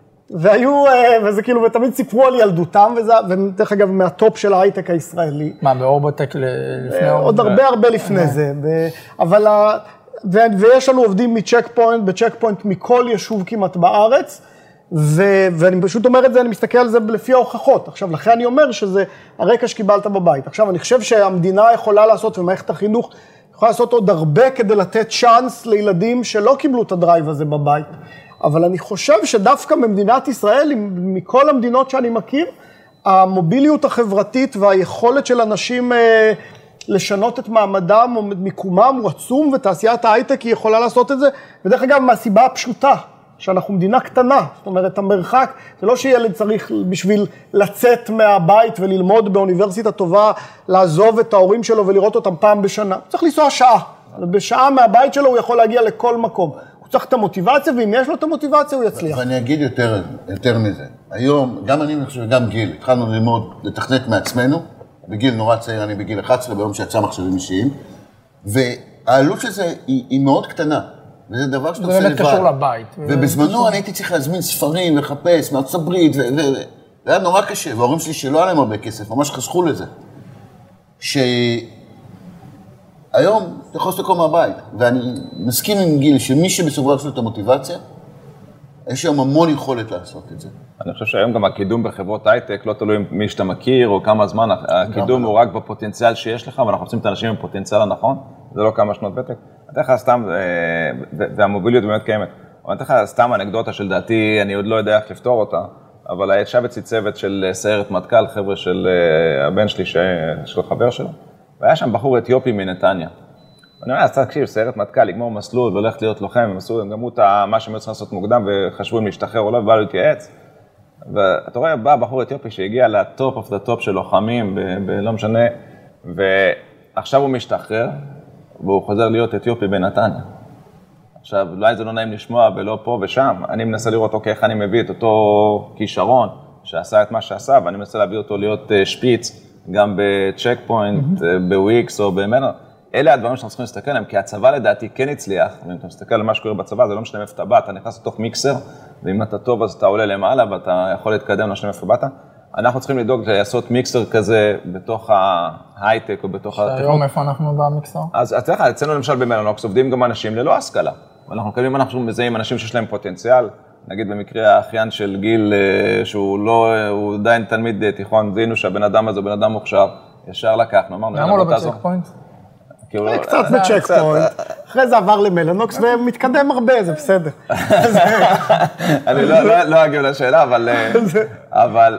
S3: וזה כאילו, ותמיד סיפרו על ילדותם, ודרך אגב, מהטופ של ההייטק הישראלי.
S1: מה, באורבוטק לפני
S3: עוד הרבה לפני זה. אבל, ויש לנו עובדים בצ'ק פוינט מכל יישוב כמעט בארץ, ואני פשוט אומר את זה, אני מסתכל על זה לפי ההוכחות. עכשיו, לכן אני אומר שזה הרקע שקיבלת בבית. עכשיו, אני חושב שהמדינה יכולה לעשות, ומערכת החינוך יכולה לעשות עוד הרבה כדי לתת צ'אנס לילדים שלא קיבלו את הדרייב הזה בבית. אבל אני חושב שדווקא במדינת ישראל, מכל המדינות שאני מכיר, המוביליות החברתית והיכולת של אנשים לשנות את מעמדם או מיקומם הוא עצום, ותעשיית ההייטק היא יכולה לעשות את זה. ודרך אגב, מהסיבה הפשוטה, שאנחנו מדינה קטנה, זאת אומרת, המרחק, זה לא שילד צריך בשביל לצאת מהבית וללמוד באוניברסיטה טובה, לעזוב את ההורים שלו ולראות אותם פעם בשנה. הוא צריך לנסוע שעה. בשעה מהבית שלו הוא יכול להגיע לכל מקום. הוא צריך את המוטיבציה, ואם יש לו את המוטיבציה, הוא יצליח.
S5: ואני אגיד יותר מזה. היום, גם אני חושב, גם גיל, התחלנו ללמוד, לתכנת מעצמנו, בגיל נורא צעיר, אני בגיל 11, ביום שיצא מחשבים אישיים, והעלות של זה היא מאוד קטנה. וזה דבר שאתה עושה לבד.
S1: זה באמת קשור לבית.
S5: ובזמנו אני הייתי צריך להזמין ספרים, לחפש מארצות הברית, זה היה נורא קשה, וההורים שלי שלא היה להם הרבה כסף, ממש חסכו לזה. שהיום אתה יכול לעשות הכל מהבית, ואני מסכים עם גיל שמי שבסופו של דבר את המוטיבציה, יש היום המון יכולת לעשות את זה.
S4: אני חושב שהיום גם הקידום בחברות הייטק, לא תלוי מי שאתה מכיר או כמה זמן, הקידום הוא רק בפוטנציאל שיש לך, ואנחנו רוצים את האנשים עם פוטנציאל הנכון, זה לא כמה שנות ותק. אני אתן לך סתם, והמוביליות באמת קיימת, אבל אני אתן לך סתם אנקדוטה של דעתי, אני עוד לא יודע איך לפתור אותה, אבל ישב אצלי צוות של סיירת מטכ"ל, חבר'ה של הבן שלי, של חבר שלו, והיה שם בחור אתיופי מנתניה. אני אומר, אז תקשיב, סיירת מטכ"ל, לגמור מסלול והולך להיות לוחם, הם גמרו את מה שהם צריכים לעשות מוקדם וחשבו אם להשתחרר או לא, ובא להתייעץ. ואתה רואה, בא בחור אתיופי שהגיע לטופ אוף דה טופ של לוחמים, לא משנה, ועכשיו הוא משתחרר, והוא חוזר להיות אתיופי בנתניה. עכשיו, אולי זה לא נעים לשמוע ולא פה ושם, אני מנסה לראות, אוקיי, איך אני מביא את אותו כישרון שעשה את מה שעשה, ואני מנסה להביא אותו להיות שפיץ, גם בצ'ק פוינט, בוויקס או במנר. אלה הדברים שאנחנו צריכים להסתכל עליהם, כי הצבא לדעתי כן הצליח, ואם אתה מסתכל על מה שקורה בצבא, זה לא משנה מאיפה אתה בא, אתה נכנס לתוך מיקסר, ואם אתה טוב אז אתה עולה למעלה, ואתה יכול להתקדם, לא משנה מאיפה באת. אנחנו צריכים לדאוג לעשות מיקסר כזה בתוך ההייטק או בתוך
S1: שהיום איפה אנחנו במיקסר?
S4: אז תראה לך, אצלנו למשל במלנוקס עובדים גם אנשים ללא השכלה. ואנחנו מקבלים, אנחנו מזהים אנשים שיש להם פוטנציאל, נגיד במקרה האחיין של גיל, שהוא לא, הוא עדיין תלמיד תיכון, זיהינו שהבן אדם הזה הוא בן אדם מוכשר, ישר לקחנו, אמרנו,
S1: למה הוא לא בצ'ק פוינט?
S3: קצת בצ'ק פוינט, אחרי זה עבר למלנוקס ומתקדם הרבה, זה בסדר.
S4: אני לא אגיב לשאלה, אבל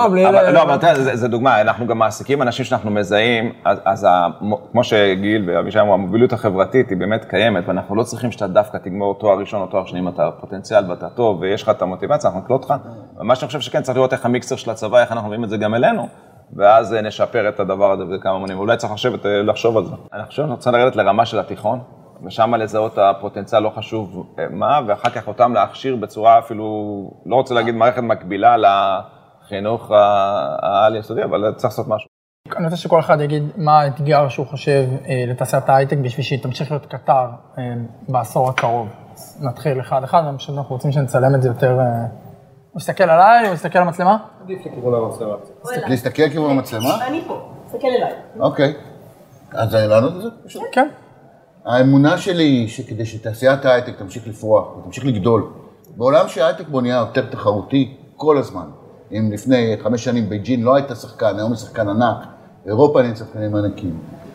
S4: זה דוגמה, אנחנו גם מעסיקים אנשים שאנחנו מזהים, אז כמו שגיל ואבישי אמרו, המוביליות החברתית היא באמת קיימת, ואנחנו לא צריכים שאתה דווקא תגמור תואר ראשון או תואר שני, אם אתה פוטנציאל ואתה טוב ויש לך את המוטיבציה, אנחנו נקלוט לך. ומה שאני חושב שכן, צריך לראות איך המיקסר של הצבא, איך אנחנו מביאים את זה גם אלינו. ואז נשפר את הדבר הזה בכמה מונים. אולי צריך לחשוב על זה. אני חושב שאני רוצה לרדת לרמה של התיכון, ושם לזהות הפוטנציאל לא חשוב מה, ואחר כך אותם להכשיר בצורה אפילו, לא רוצה להגיד מערכת מקבילה לחינוך העל-יסודי, אבל צריך לעשות משהו.
S1: אני רוצה שכל אחד יגיד מה האתגר שהוא חושב לתעשיית ההייטק, בשביל שהיא תמשיך להיות קטר בעשור הקרוב. נתחיל אחד-אחד, ואני חושב שאנחנו רוצים שנצלם את זה יותר... הוא מסתכל עליי, הוא מסתכל על המצלמה?
S6: עדיף לכיוון המצלמה.
S5: להסתכל לכיוון המצלמה?
S7: אני פה, תסתכל אליי.
S5: אוקיי. אז לענות את זה?
S1: כן.
S5: האמונה שלי היא שכדי שתעשיית ההייטק תמשיך לפרוח ותמשיך לגדול, בעולם שההייטק בו נהיה יותר תחרותי כל הזמן. אם לפני 5 שנים בייג'ין לא הייתה שחקן, היום היא שחקן ענק, אירופה נהיה שחקנים ענקים.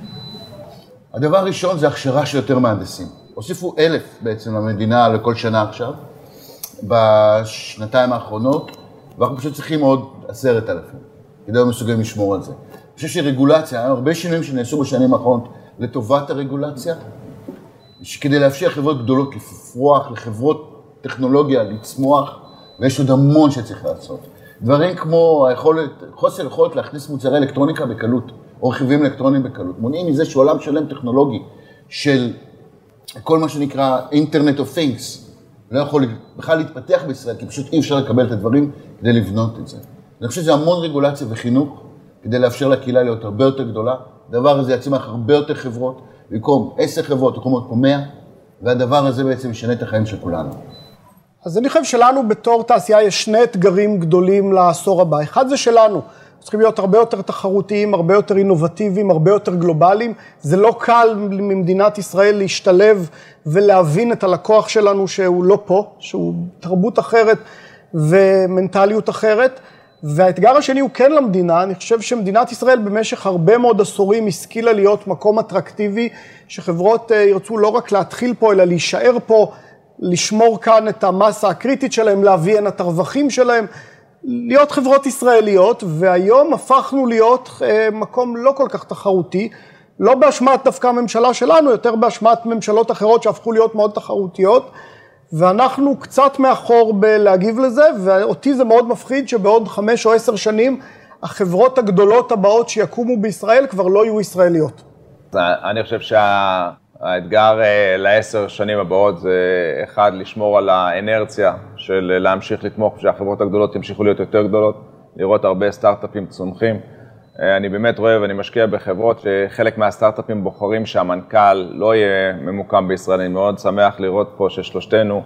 S5: הדבר הראשון זה הכשרה של יותר מהנדסים. הוסיפו 1,000 בעצם למדינה לכל שנה עכשיו. בשנתיים האחרונות, ואנחנו פשוט צריכים עוד 10,000, כדי להיות מסוגלים לשמור על זה. אני חושב שרגולציה, הרבה שינויים שנעשו בשנים האחרונות לטובת הרגולציה, כדי לאפשר חברות גדולות לפרוח, לחברות טכנולוגיה לצמוח, ויש עוד המון שצריך לעשות. דברים כמו חוסר יכולת להכניס מוצרי אלקטרוניקה בקלות, או רכיבים אלקטרוניים בקלות, מונעים מזה שעולם שלם טכנולוגי של כל מה שנקרא Internet of Things, לא יכול בכלל להתפתח בישראל, כי פשוט אי אפשר לקבל את הדברים כדי לבנות את זה. אני חושב שזה המון רגולציה וחינוך, כדי לאפשר לקהילה להיות הרבה יותר גדולה. הדבר הזה יצמח הרבה יותר חברות, במקום 10 חברות, יקומות פה 100, והדבר הזה בעצם ישנה את החיים של כולנו.
S3: אז אני חושב שלנו בתור תעשייה יש 2 אתגרים גדולים לעשור הבא. אחד זה שלנו. צריכים להיות הרבה יותר תחרותיים, הרבה יותר אינובטיביים, הרבה יותר גלובליים. זה לא קל ממדינת ישראל להשתלב ולהבין את הלקוח שלנו שהוא לא פה, שהוא תרבות אחרת ומנטליות אחרת. והאתגר השני הוא כן למדינה. אני חושב שמדינת ישראל במשך הרבה מאוד עשורים השכילה להיות מקום אטרקטיבי, שחברות ירצו לא רק להתחיל פה, אלא להישאר פה, לשמור כאן את המסה הקריטית שלהם, להביא הנה את הרווחים שלהם. להיות חברות ישראליות, והיום הפכנו להיות מקום לא כל כך תחרותי, לא באשמת דווקא הממשלה שלנו, יותר באשמת ממשלות אחרות שהפכו להיות מאוד תחרותיות, ואנחנו קצת מאחור בלהגיב לזה, ואותי זה מאוד מפחיד שבעוד 5 או 10 שנים, החברות הגדולות הבאות שיקומו בישראל כבר לא יהיו ישראליות.
S4: אני חושב האתגר ל10 שנים הבאות זה אחד, לשמור על האנרציה של להמשיך לתמוך שהחברות הגדולות ימשיכו להיות יותר גדולות, לראות הרבה סטארט-אפים צומחים. אני באמת רואה ואני משקיע בחברות שחלק מהסטארט-אפים בוחרים שהמנכ"ל לא יהיה ממוקם בישראל. אני מאוד שמח לראות פה ששלושתנו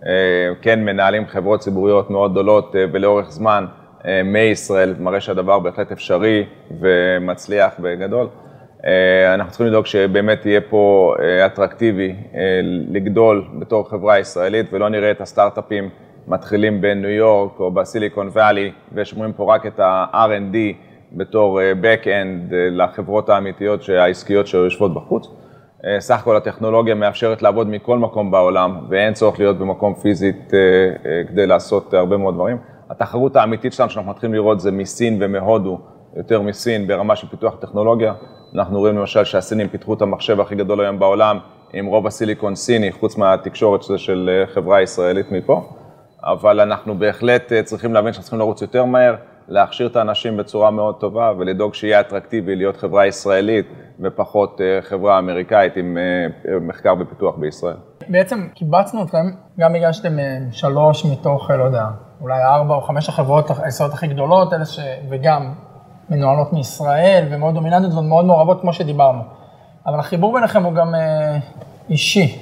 S4: כן מנהלים חברות ציבוריות מאוד גדולות ולאורך זמן מישראל, מראה שהדבר בהחלט אפשרי ומצליח בגדול. אנחנו צריכים לדאוג שבאמת יהיה פה אטרקטיבי לגדול בתור חברה ישראלית, ולא נראה את הסטארט-אפים מתחילים בניו יורק או בסיליקון ואלי, ושומרים פה רק את ה-R&D בתור back-end לחברות האמיתיות העסקיות שיושבות בחוץ. סך הכל הטכנולוגיה מאפשרת לעבוד מכל מקום בעולם, ואין צורך להיות במקום פיזית כדי לעשות הרבה מאוד דברים. התחרות האמיתית שלנו שאנחנו מתחילים לראות זה מסין ומהודו, יותר מסין ברמה של פיתוח טכנולוגיה. אנחנו רואים למשל שהסינים פיתחו את המחשב הכי גדול היום בעולם, עם רוב הסיליקון סיני, חוץ מהתקשורת של חברה ישראלית מפה. אבל אנחנו בהחלט צריכים להבין שאנחנו צריכים לרוץ יותר מהר, להכשיר את האנשים בצורה מאוד טובה, ולדאוג שיהיה אטרקטיבי להיות חברה ישראלית, ופחות חברה אמריקאית עם מחקר ופיתוח בישראל.
S1: בעצם קיבצנו אתכם, גם בגלל שאתם 3 מתוך, לא יודע, אולי 4 או 5 החברות הישראליות הכי גדולות, וגם מנוהלות מישראל, ומאוד דומיננטיות ומאוד מעורבות כמו שדיברנו. אבל החיבור ביניכם הוא גם אישי.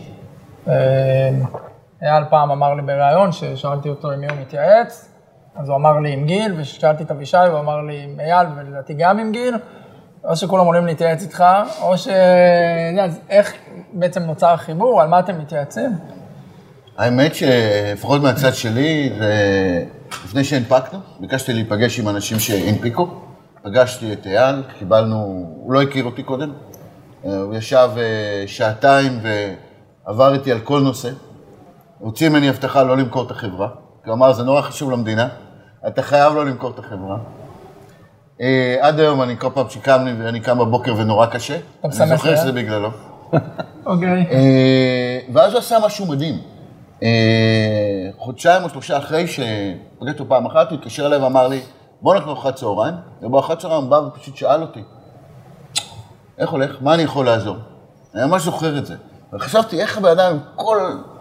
S1: אייל פעם אמר לי בראיון, ששאלתי אותו עם מי הוא מתייעץ, אז הוא אמר לי עם גיל, ושאלתי את אבישי, הוא אמר לי עם אייל, ולדעתי גם עם גיל, או שכולם עולים להתייעץ איתך, או אז איך בעצם נוצר החיבור, על מה אתם מתייעצים?
S5: האמת שלפחות מהצד שלי, לפני שהנפקנו, ביקשתי להיפגש עם אנשים שהנפיקו, פגשתי את אייל, קיבלנו, הוא לא הכיר אותי קודם, הוא ישב 2 שעתיים ועבר איתי על כל נושא, הוציא ממני הבטחה לא למכור את החברה, כלומר זה נורא חשוב למדינה, אתה חייב לא למכור את החברה. עד היום אני כל פעם שקם לי ואני קם בבוקר ונורא קשה, אני זוכר שזה בגללו.
S1: אוקיי.
S5: ואז הוא עשה משהו מדהים. 1 או 2 או 3 אחרי שפגשתי אותו פעם אחת, הוא התקשר אליי ואמר לי, בוא נקנו ארוחת צהריים, ובארוחת צהריים הוא בא ופשוט שאל אותי, איך הולך? מה אני יכול לעזור? אני ממש זוכר את זה. וחשבתי איך הבן אדם, כל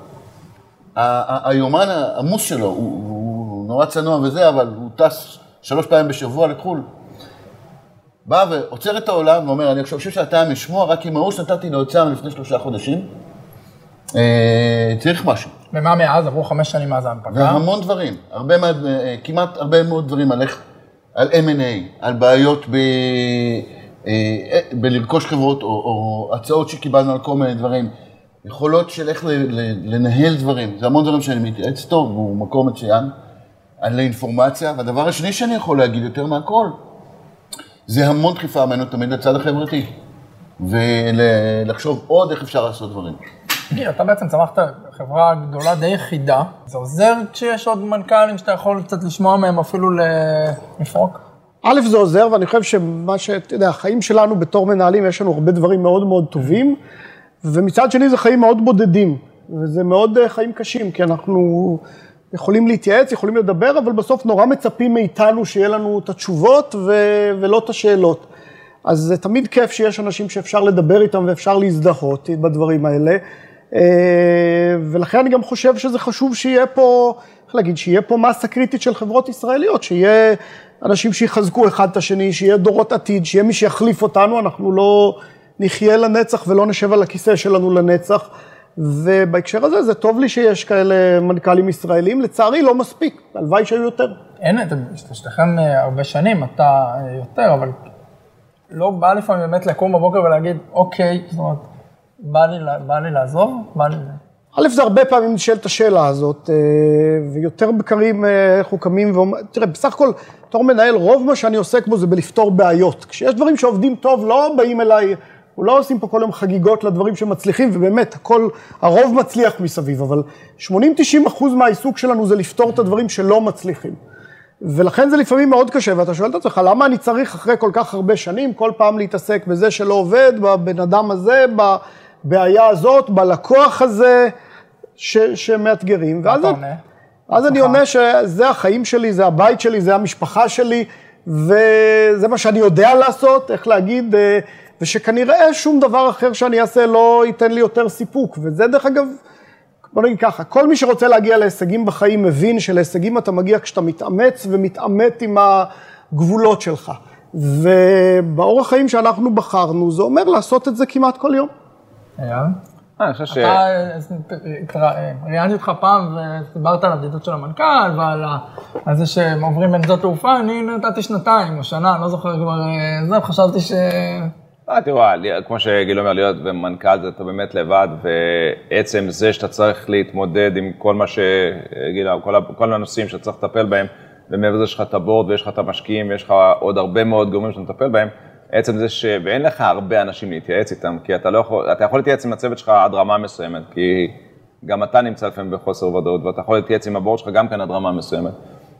S5: היומן העמוס שלו, הוא נורא צנוע וזה, אבל הוא טס 3 פעמים בשבוע לחו"ל. בא ועוצר את העולם ואומר, אני חושב שאתה משמוע, רק עם ההוא שנתתי להוצאה לפני 3 חודשים, צריך משהו.
S1: ומה מאז? עברו 5 שנים מאז ההנפקה?
S5: והמון דברים, כמעט הרבה מאוד דברים על M&A, על בעיות בלרכוש חברות או הצעות שקיבלנו על כל מיני דברים, יכולות של איך לנהל דברים, זה המון דברים שאני מתייעץ טוב, הוא מקום מצוין, על האינפורמציה, והדבר השני שאני יכול להגיד יותר מהכל, זה המון דחיפה ממנו תמיד לצד החברתי, ולחשוב עוד איך אפשר לעשות דברים.
S1: גיל, אתה בעצם צמחת חברה גדולה די יחידה, זה עוזר כשיש עוד מנכ"לים שאתה יכול קצת לשמוע מהם אפילו לפרוק?
S3: א', זה עוזר, ואני חושב שמה שאתה יודע, החיים שלנו בתור מנהלים, יש לנו הרבה דברים מאוד מאוד טובים, ומצד שני זה חיים מאוד בודדים, וזה מאוד חיים קשים, כי אנחנו יכולים להתייעץ, יכולים לדבר, אבל בסוף נורא מצפים מאיתנו שיהיה לנו את התשובות ולא את השאלות. אז זה תמיד כיף שיש אנשים שאפשר לדבר איתם ואפשר להזדהות בדברים האלה, ולכן אני גם חושב שזה חשוב שיהיה פה, איך להגיד, שיהיה פה מסה קריטית של חברות ישראליות, שיהיה אנשים שיחזקו אחד את השני, שיהיה דורות עתיד, שיהיה מי שיחליף אותנו, אנחנו לא נחיה לנצח ולא נשב על הכיסא שלנו לנצח, ובהקשר הזה זה טוב לי שיש כאלה מנכ"לים ישראלים, לצערי לא מספיק, הלוואי שהיו יותר.
S1: אין, שתיכם הרבה שנים, אתה יותר, אבל לא בא לפעמים באמת לקום בבוקר ולהגיד, אוקיי, זאת אומרת, בא לי לעזוב?
S3: א', זה הרבה פעמים נשאל את השאלה הזאת, ויותר בקרים אנחנו קמים ואומרים, תראה, בסך הכל, בתור מנהל, רוב מה שאני עוסק בו זה בלפתור בעיות. כשיש דברים שעובדים טוב, לא באים אליי, לא עושים פה כל יום חגיגות לדברים שמצליחים, ובאמת, הרוב מצליח מסביב, אבל 80-90% מהעיסוק שלנו זה לפתור את הדברים שלא מצליחים. ולכן זה לפעמים מאוד קשה, ואתה שואל את עצמך, למה אני צריך אחרי כל כך הרבה שנים, כל פעם להתעסק בזה שלא עובד, בבן אדם הזה, בבעיה הזאת, בלקוח הזה, שמאתגרים. ואז אני עונה שזה החיים שלי, זה הבית שלי, זה המשפחה שלי, וזה מה שאני יודע לעשות, איך להגיד, ושכנראה שום דבר אחר שאני אעשה לא ייתן לי יותר סיפוק. וזה דרך אגב, בוא נגיד ככה, כל מי שרוצה להגיע להישגים בחיים מבין שלהישגים אתה מגיע כשאתה מתאמץ ומתאמת עם הגבולות שלך. ובאורח החיים שאנחנו בחרנו, זה אומר לעשות את זה כמעט כל יום.
S4: אני חושב ש...
S1: ראיינתי אותך פעם ודיברת על הבדידות של המנכ"ל ועל זה שהם עוברים בין זאת תעופה, אני נתתי 2 או שנה, אני לא זוכר כבר זה, חשבתי ש...
S4: תראו, כמו שגיל אומר, להיות במנכ"ל זה אתה באמת לבד, ועצם זה שאתה צריך להתמודד עם כל מה שגיל, כל הנושאים שאתה צריך לטפל בהם, ומעבר לזה שלך את הבורד ויש לך את המשקיעים, ויש לך עוד הרבה מאוד גורמים שאתה מטפל בהם, עצם זה ואין לך הרבה אנשים להתייעץ איתם, כי אתה יכול להתייעץ עם הצוות שלך עד רמה מסוימת, כי גם אתה נמצא לפעמים בחוסר ודאות, ואתה יכול להתייעץ עם הבורד שלך גם כן עד רמה מסוימת.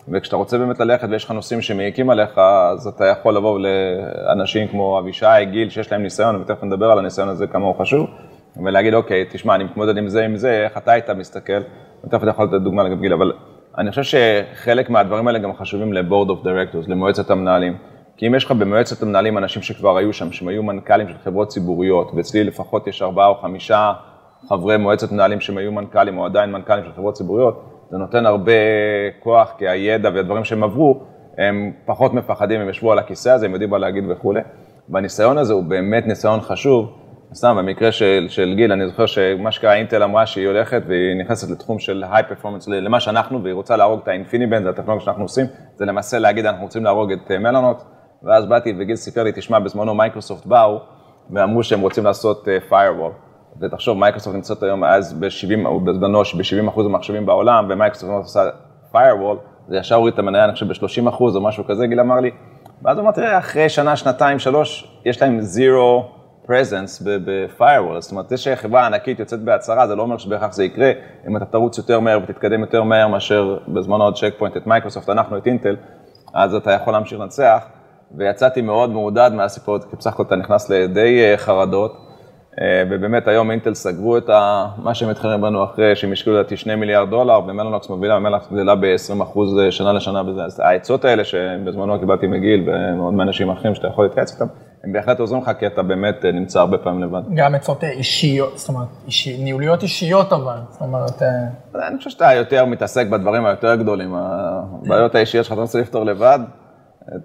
S4: וכשאתה רוצה באמת ללכת ויש לך נושאים שמעיקים עליך, אז אתה יכול לבוא לאנשים כמו אבישי, גיל, שיש להם ניסיון, ותכף נדבר על הניסיון הזה כמה הוא חשוב, ולהגיד, אוקיי, תשמע, אני מתמודד עם זה, איך אתה היית מסתכל, ותכף אתה יכול לתת דוגמה לגבי גיל, אבל אני חושב שחלק מהדברים האלה גם חשובים ל-Board of Directors, למועצת המנהלים. כי אם יש לך במועצת המנהלים אנשים שכבר היו שם, שהם היו מנכ"לים של חברות ציבוריות, ואצלי לפחות יש 4 או 5 חברי מועצת מנהלים שהם היו מנכ"לים או עדיין מנכ"לים של חברות ציבוריות, זה נותן הרבה כוח, כי הידע והדברים שהם עברו, הם פחות מפחדים, הם ישבו על הכיסא הזה, הם יודעים מה להגיד וכו'. והניסיון הזה הוא באמת ניסיון חשוב. סתם, במקרה של גיל, אני זוכר שמה שקרה, אינטל אמרה שהיא הולכת והיא נכנסת לתחום של high performance, למה שאנחנו, והיא רוצה להרוג את ה-InfiniBand, זה הטכנולוגיה שאנחנו עושים, זה למעשה להגיד, אנחנו רוצים להרוג את מלאנוקס, ואז באתי וגיל סיפר לי, תשמע, בזמנו מייקרוסופט באו, ואמרו שהם רוצים לעשות firewall. ותחשוב, מייקרוסופט נמצאת היום אז ב-70, או בזמנו ב-70% המחשבים בעולם, ומייקרוסופט עושה firewall, זה ישר הוריד את המניה, אני חושב ב-30% או משהו כזה, גיל אמר לי. ואז הוא אמר, תראה, אחרי שנה, שנתיים, 3, יש להם zero presence ב-firewall. זאת אומרת, זה שחברה ענקית יוצאת בהצהרה, זה לא אומר שבהכרח זה יקרה, אם אתה תרוץ יותר מהר ותתקדם יותר מהר, מאשר בזמנו עוד צ'ק פוינט את מייקרוסופט, אנחנו את אינטל, אז אתה יכול להמשיך לנצח. ויצאתי מאוד מעודד מהסיפור, כי בסך הכל אתה נכנס לידי חרדות, ובאמת היום אינטל סגרו את מה שהם מתחרים בנו אחרי שהם השקיעו לדעתי $2 מיליארד, ומלאנוקס מובילה, ומלאנוקס גדלה ב-20% שנה לשנה בזה. אז העצות האלה שבזמנו קיבלתי מגיל, ומאוד מאנשים אחרים שאתה יכול להתייעץ איתם, הם בהחלט עוזרים לך, כי אתה באמת נמצא הרבה פעמים לבד.
S1: גם עצות אישיות, זאת אומרת, ניהוליות אישיות אבל, זאת אומרת...
S4: אני חושב שאתה יותר מתעסק בדברים היותר גדולים, הבעיות האישיות שלך אתה רוצה לפתור לבד, את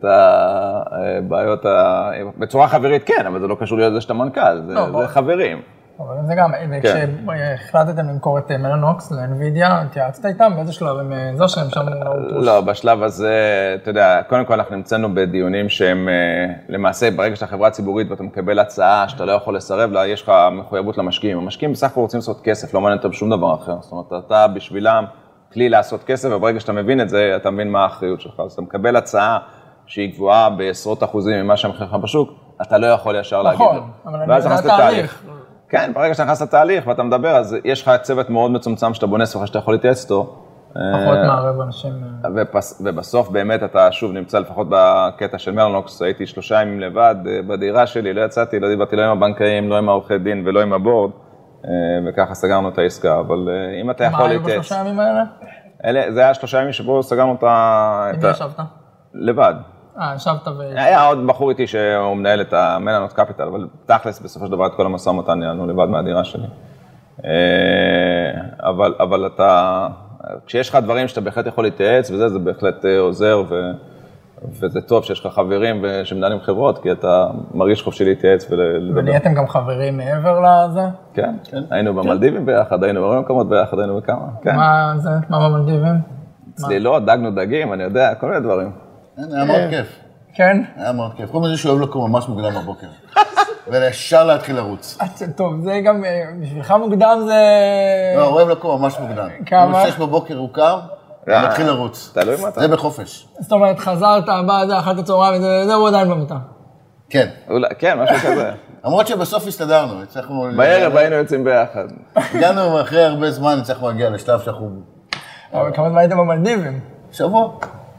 S4: הבעיות, בצורה חברית כן, אבל זה לא קשור להיות זה שאתה מנכ"ל, זה חברים.
S1: אבל זה גם, כשהחלטתם למכור את מלאנוקס ל-NVIDIA, התייעצת איתם באיזה שלב, הם זו שהם שם לאוטוש?
S4: לא, בשלב הזה, אתה יודע, קודם כל אנחנו נמצאנו בדיונים שהם, למעשה ברגע שאתה חברה ציבורית ואתה מקבל הצעה שאתה לא יכול לסרב לה, יש לך מחויבות למשקיעים. המשקיעים בסך הכל רוצים לעשות כסף, לא מעניין אותם בשום דבר אחר. זאת אומרת, אתה בשבילם כלי לעשות כסף, וברגע שאתה מבין את זה, אתה מבין מה האחריות שלך. אז אתה מקבל הצעה שהיא גבוהה בעשרות אחוזים ממה שהמחיר לך בשוק, אתה לא יכול ישר להגיד לו.
S1: נכון, אבל זה התהליך.
S4: כן, ברגע שאתה נכנס לתהליך ואתה מדבר, אז יש לך צוות מאוד מצומצם שאתה בונה סביבך שאתה יכול להתייעץ איתו.
S1: פחות מערב אנשים.
S4: ובסוף באמת אתה שוב נמצא לפחות בקטע של מלאנוקס, הייתי 3 ימים לבד בדירה שלי, לא יצאתי, לא דיברתי לא עם הבנקאים, לא עם העורכי דין ולא עם הבורד, וככה סגרנו את העסקה, אבל אם אתה יכול להתייעץ...
S1: מה היו ב3 ימים האלה?
S4: זה היה 3 ימים שבו סגרנו את ה...
S1: איתי ישבת?
S4: לבד.
S1: ישבת ו...
S4: היה עוד בחור איתי שהוא מנהל את המלאנוקס קפיטל, אבל תכלס בסופו של דבר את כל המשא ומתן ניהלנו לבד מהדירה שלי. אבל אתה, כשיש לך דברים שאתה בהחלט יכול להתייעץ, וזה, זה בהחלט עוזר, וזה טוב שיש לך חברים שמנהלים חברות, כי אתה מרגיש חופשי להתייעץ ולדבר.
S1: ונהייתם גם חברים מעבר לזה?
S4: כן, היינו במלדיבים ביחד, היינו בהרבה מקומות ביחד, היינו בכמה.
S1: מה זה? מה במלדיבים?
S4: צלילות, דגנו דגים, אני יודע, כל מיני דברים.
S5: היה מאוד כיף.
S1: כן?
S5: היה מאוד כיף. כל מיני שאוהב לקום ממש מוקדם בבוקר. וישר להתחיל לרוץ.
S1: טוב, זה גם, בשבילך מוקדם זה...
S5: לא, אוהב לקום ממש מוקדם.
S1: כמה?
S5: 6 בבוקר הוא קר, ומתחיל לרוץ.
S4: תלוי מה אתה.
S5: זה בחופש.
S1: זאת אומרת, חזרת, בא, זה אחת הצהריים, זהו עדיין במיטה.
S5: כן.
S4: כן, משהו כזה.
S5: למרות שבסוף הסתדרנו, הצלחנו...
S4: בערב היינו יוצאים ביחד.
S5: הגענו אחרי הרבה זמן, הצלחנו להגיע לשלב שאנחנו...
S1: אבל כמה זמן הייתם במלדיבים?
S5: שבוע.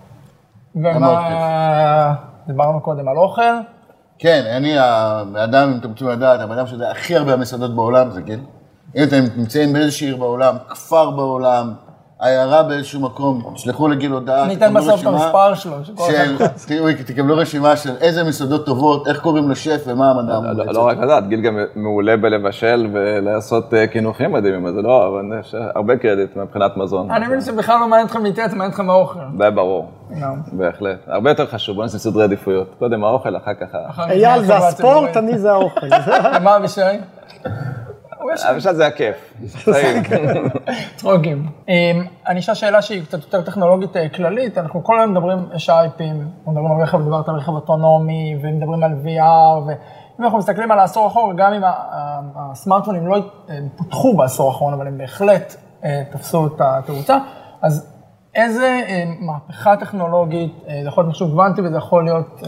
S1: ומה... דיברנו קודם על אוכל?
S5: כן, אני האדם, אם אתם רוצים לדעת, האדם שזה הכי הרבה המסעדות בעולם, זה כן. אם אתם נמצאים באיזושהי עיר בעולם, כפר בעולם, עיירה באיזשהו מקום, תשלחו לגיל הודעה,
S1: ניתן בסוף את המספר שלו.
S5: תקבלו רשימה של איזה מסעדות טובות, איך קוראים לשף ומה המדע.
S4: לא רק לדעת, גיל גם מעולה בלבשל ולעשות כינוחים מדהימים, אז זה לא, אבל יש הרבה קרדיט מבחינת מזון.
S1: אני מבין שבכלל לא מעניין אתכם להתייעץ, מעניין אתכם האוכל.
S4: זה ברור, בהחלט. הרבה יותר חשוב, בוא נשים סדרי עדיפויות. קודם האוכל, אחר כך...
S3: אייל, זה הספורט, אני זה האוכל.
S1: מה אבישי?
S4: אבישי זה הכיף.
S1: צחוקים. אני אשאל שאלה שהיא קצת יותר טכנולוגית כללית, אנחנו כל היום מדברים, יש אייפים, אנחנו מדברים על רכב, דיברת על רכב אוטונומי, ומדברים על VR, ואם אנחנו מסתכלים על העשור האחרון, גם אם הסמארטפונים לא פותחו בעשור האחרון, אבל הם בהחלט תפסו את התאוצה, אז איזה מהפכה טכנולוגית, זה יכול להיות מחשוב קוונטי וזה יכול להיות,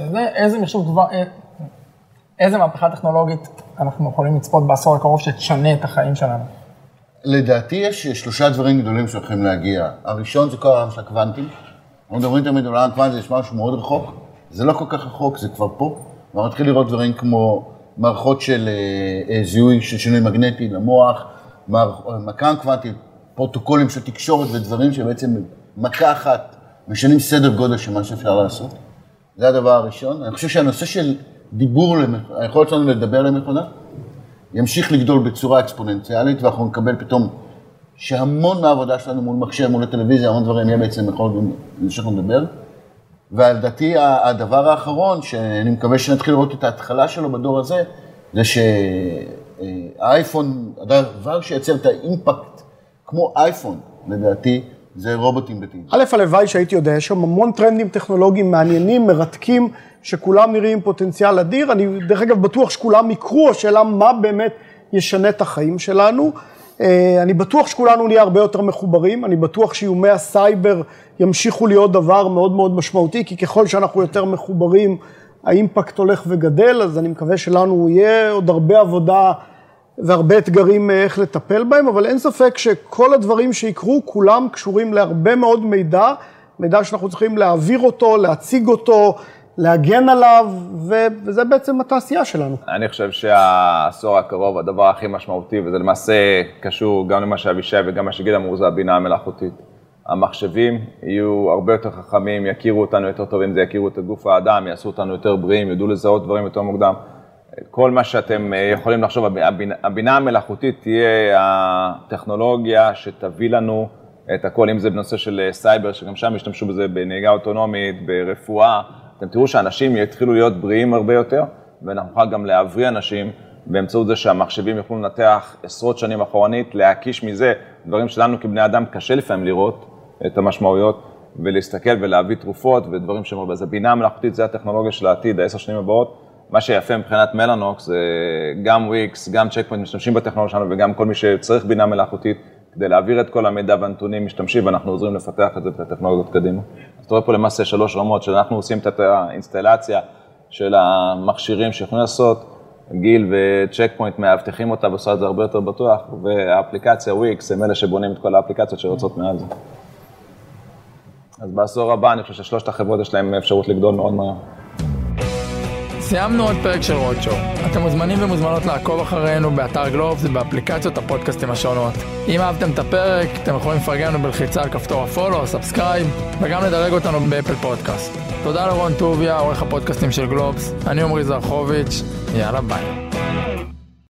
S1: איזה מהפכה טכנולוגית אנחנו יכולים לצפות בעשור הקרוב שתשנה את החיים שלנו?
S5: לדעתי יש 3 דברים גדולים שהולכים להגיע. הראשון זה כל העולם של הקוונטים, אנחנו מדברים תמיד על עולם קוונטי, זה משהו מאוד רחוק, זה לא כל כך רחוק, זה כבר פה. אנחנו מתחיל לראות דברים כמו מערכות של זיהוי של שינוי מגנטי למוח, מכ"ם קוונטי, פרוטוקולים של תקשורת ודברים שבעצם מכה אחת משנים סדר גודל של מה שאפשר לעשות. זה הדבר הראשון. אני חושב שהנושא של דיבור, היכולת שלנו לדבר למכונה, ימשיך לגדול בצורה אקספוננציאלית, ואנחנו נקבל פתאום שהמון מהעבודה שלנו מול מחשב, מול הטלוויזיה, המון דברים יהיה בעצם יכולים להמשיך לדבר. ולדעתי הדבר האחרון, שאני מקווה שנתחיל לראות את ההתחלה שלו בדור הזה, זה שהאייפון, הדבר שייצר את האימפקט כמו אייפון, לדעתי, זה רובוטים בטים.
S3: הלוואי שהייתי יודע, יש שם המון טרנדים טכנולוגיים מעניינים, מרתקים, שכולם נראים פוטנציאל אדיר. אני דרך אגב בטוח שכולם יקרו, השאלה מה באמת ישנה את החיים שלנו. אני בטוח שכולנו נהיה הרבה יותר מחוברים, אני בטוח שאיומי הסייבר ימשיכו להיות דבר מאוד מאוד משמעותי, כי ככל שאנחנו יותר מחוברים, האימפקט הולך וגדל, אז אני מקווה שלנו יהיה עוד הרבה עבודה והרבה אתגרים איך לטפל בהם, אבל אין ספק שכל הדברים שיקרו, כולם קשורים להרבה מאוד מידע, מידע שאנחנו צריכים להעביר אותו, להציג אותו, להגן עליו, וזה בעצם התעשייה שלנו.
S4: אני חושב שהעשור הקרוב, הדבר הכי משמעותי, וזה למעשה קשור גם למה שאבישי וגם מה שגיל אמרו, זה הבינה המלאכותית. המחשבים יהיו הרבה יותר חכמים, יכירו אותנו יותר טוב, אם זה יכירו את גוף האדם, יעשו אותנו יותר בריאים, יודעו לזהות דברים יותר מוקדם. כל מה שאתם יכולים לחשוב, הבינה המלאכותית תהיה הטכנולוגיה שתביא לנו את הכל, אם זה בנושא של סייבר, שגם שם ישתמשו בזה בנהיגה אוטונומית, ברפואה. אתם תראו שאנשים יתחילו להיות בריאים הרבה יותר, ואנחנו נוכל גם להבריא אנשים באמצעות זה שהמחשבים יוכלו לנתח עשרות שנים אחורנית, להקיש מזה דברים שלנו כבני אדם קשה לפעמים לראות את המשמעויות, ולהסתכל ולהביא תרופות ודברים שאומרים, אז הבינה המלאכותית זה הטכנולוגיה של העתיד, 10 שנים הבאות. מה שיפה מבחינת מלאנוקס, זה גם וויקס, גם צ'קפוינט משתמשים בטכנולוגיה שלנו, וגם כל מי שצריך בינה מלאכותית, כדי להעביר את כל המידע והנתונים משתמשים, ואנחנו עוזרים לפתח את זה בטכנולוגיות קדימה. אז אתה רואה פה למעשה 3 רמות, שאנחנו עושים את האינסטלציה של המכשירים שיכולים לעשות, גיל וצ'קפוינט מאבטחים אותה, ועושה את זה הרבה יותר בטוח, והאפליקציה וויקס הם אלה שבונים את כל האפליקציות שרוצות מעל זה. אז בעשור הבא אני חושב ששלושת החברות יש להם אפשרות לגדול מאוד מהר.
S1: סיימנו עוד פרק של רודשואו. אתם מוזמנים ומוזמנות לעקוב אחרינו באתר גלובס ובאפליקציות הפודקאסטים השונות. אם אהבתם את הפרק, אתם יכולים לפרגן לנו בלחיצה על כפתור הפולו או סאבסקרייב, וגם לדרג אותנו באפל פודקאסט. תודה לרון טוביה, עורך הפודקאסטים של גלובס. אני עומרי זרחוביץ', יאללה ביי.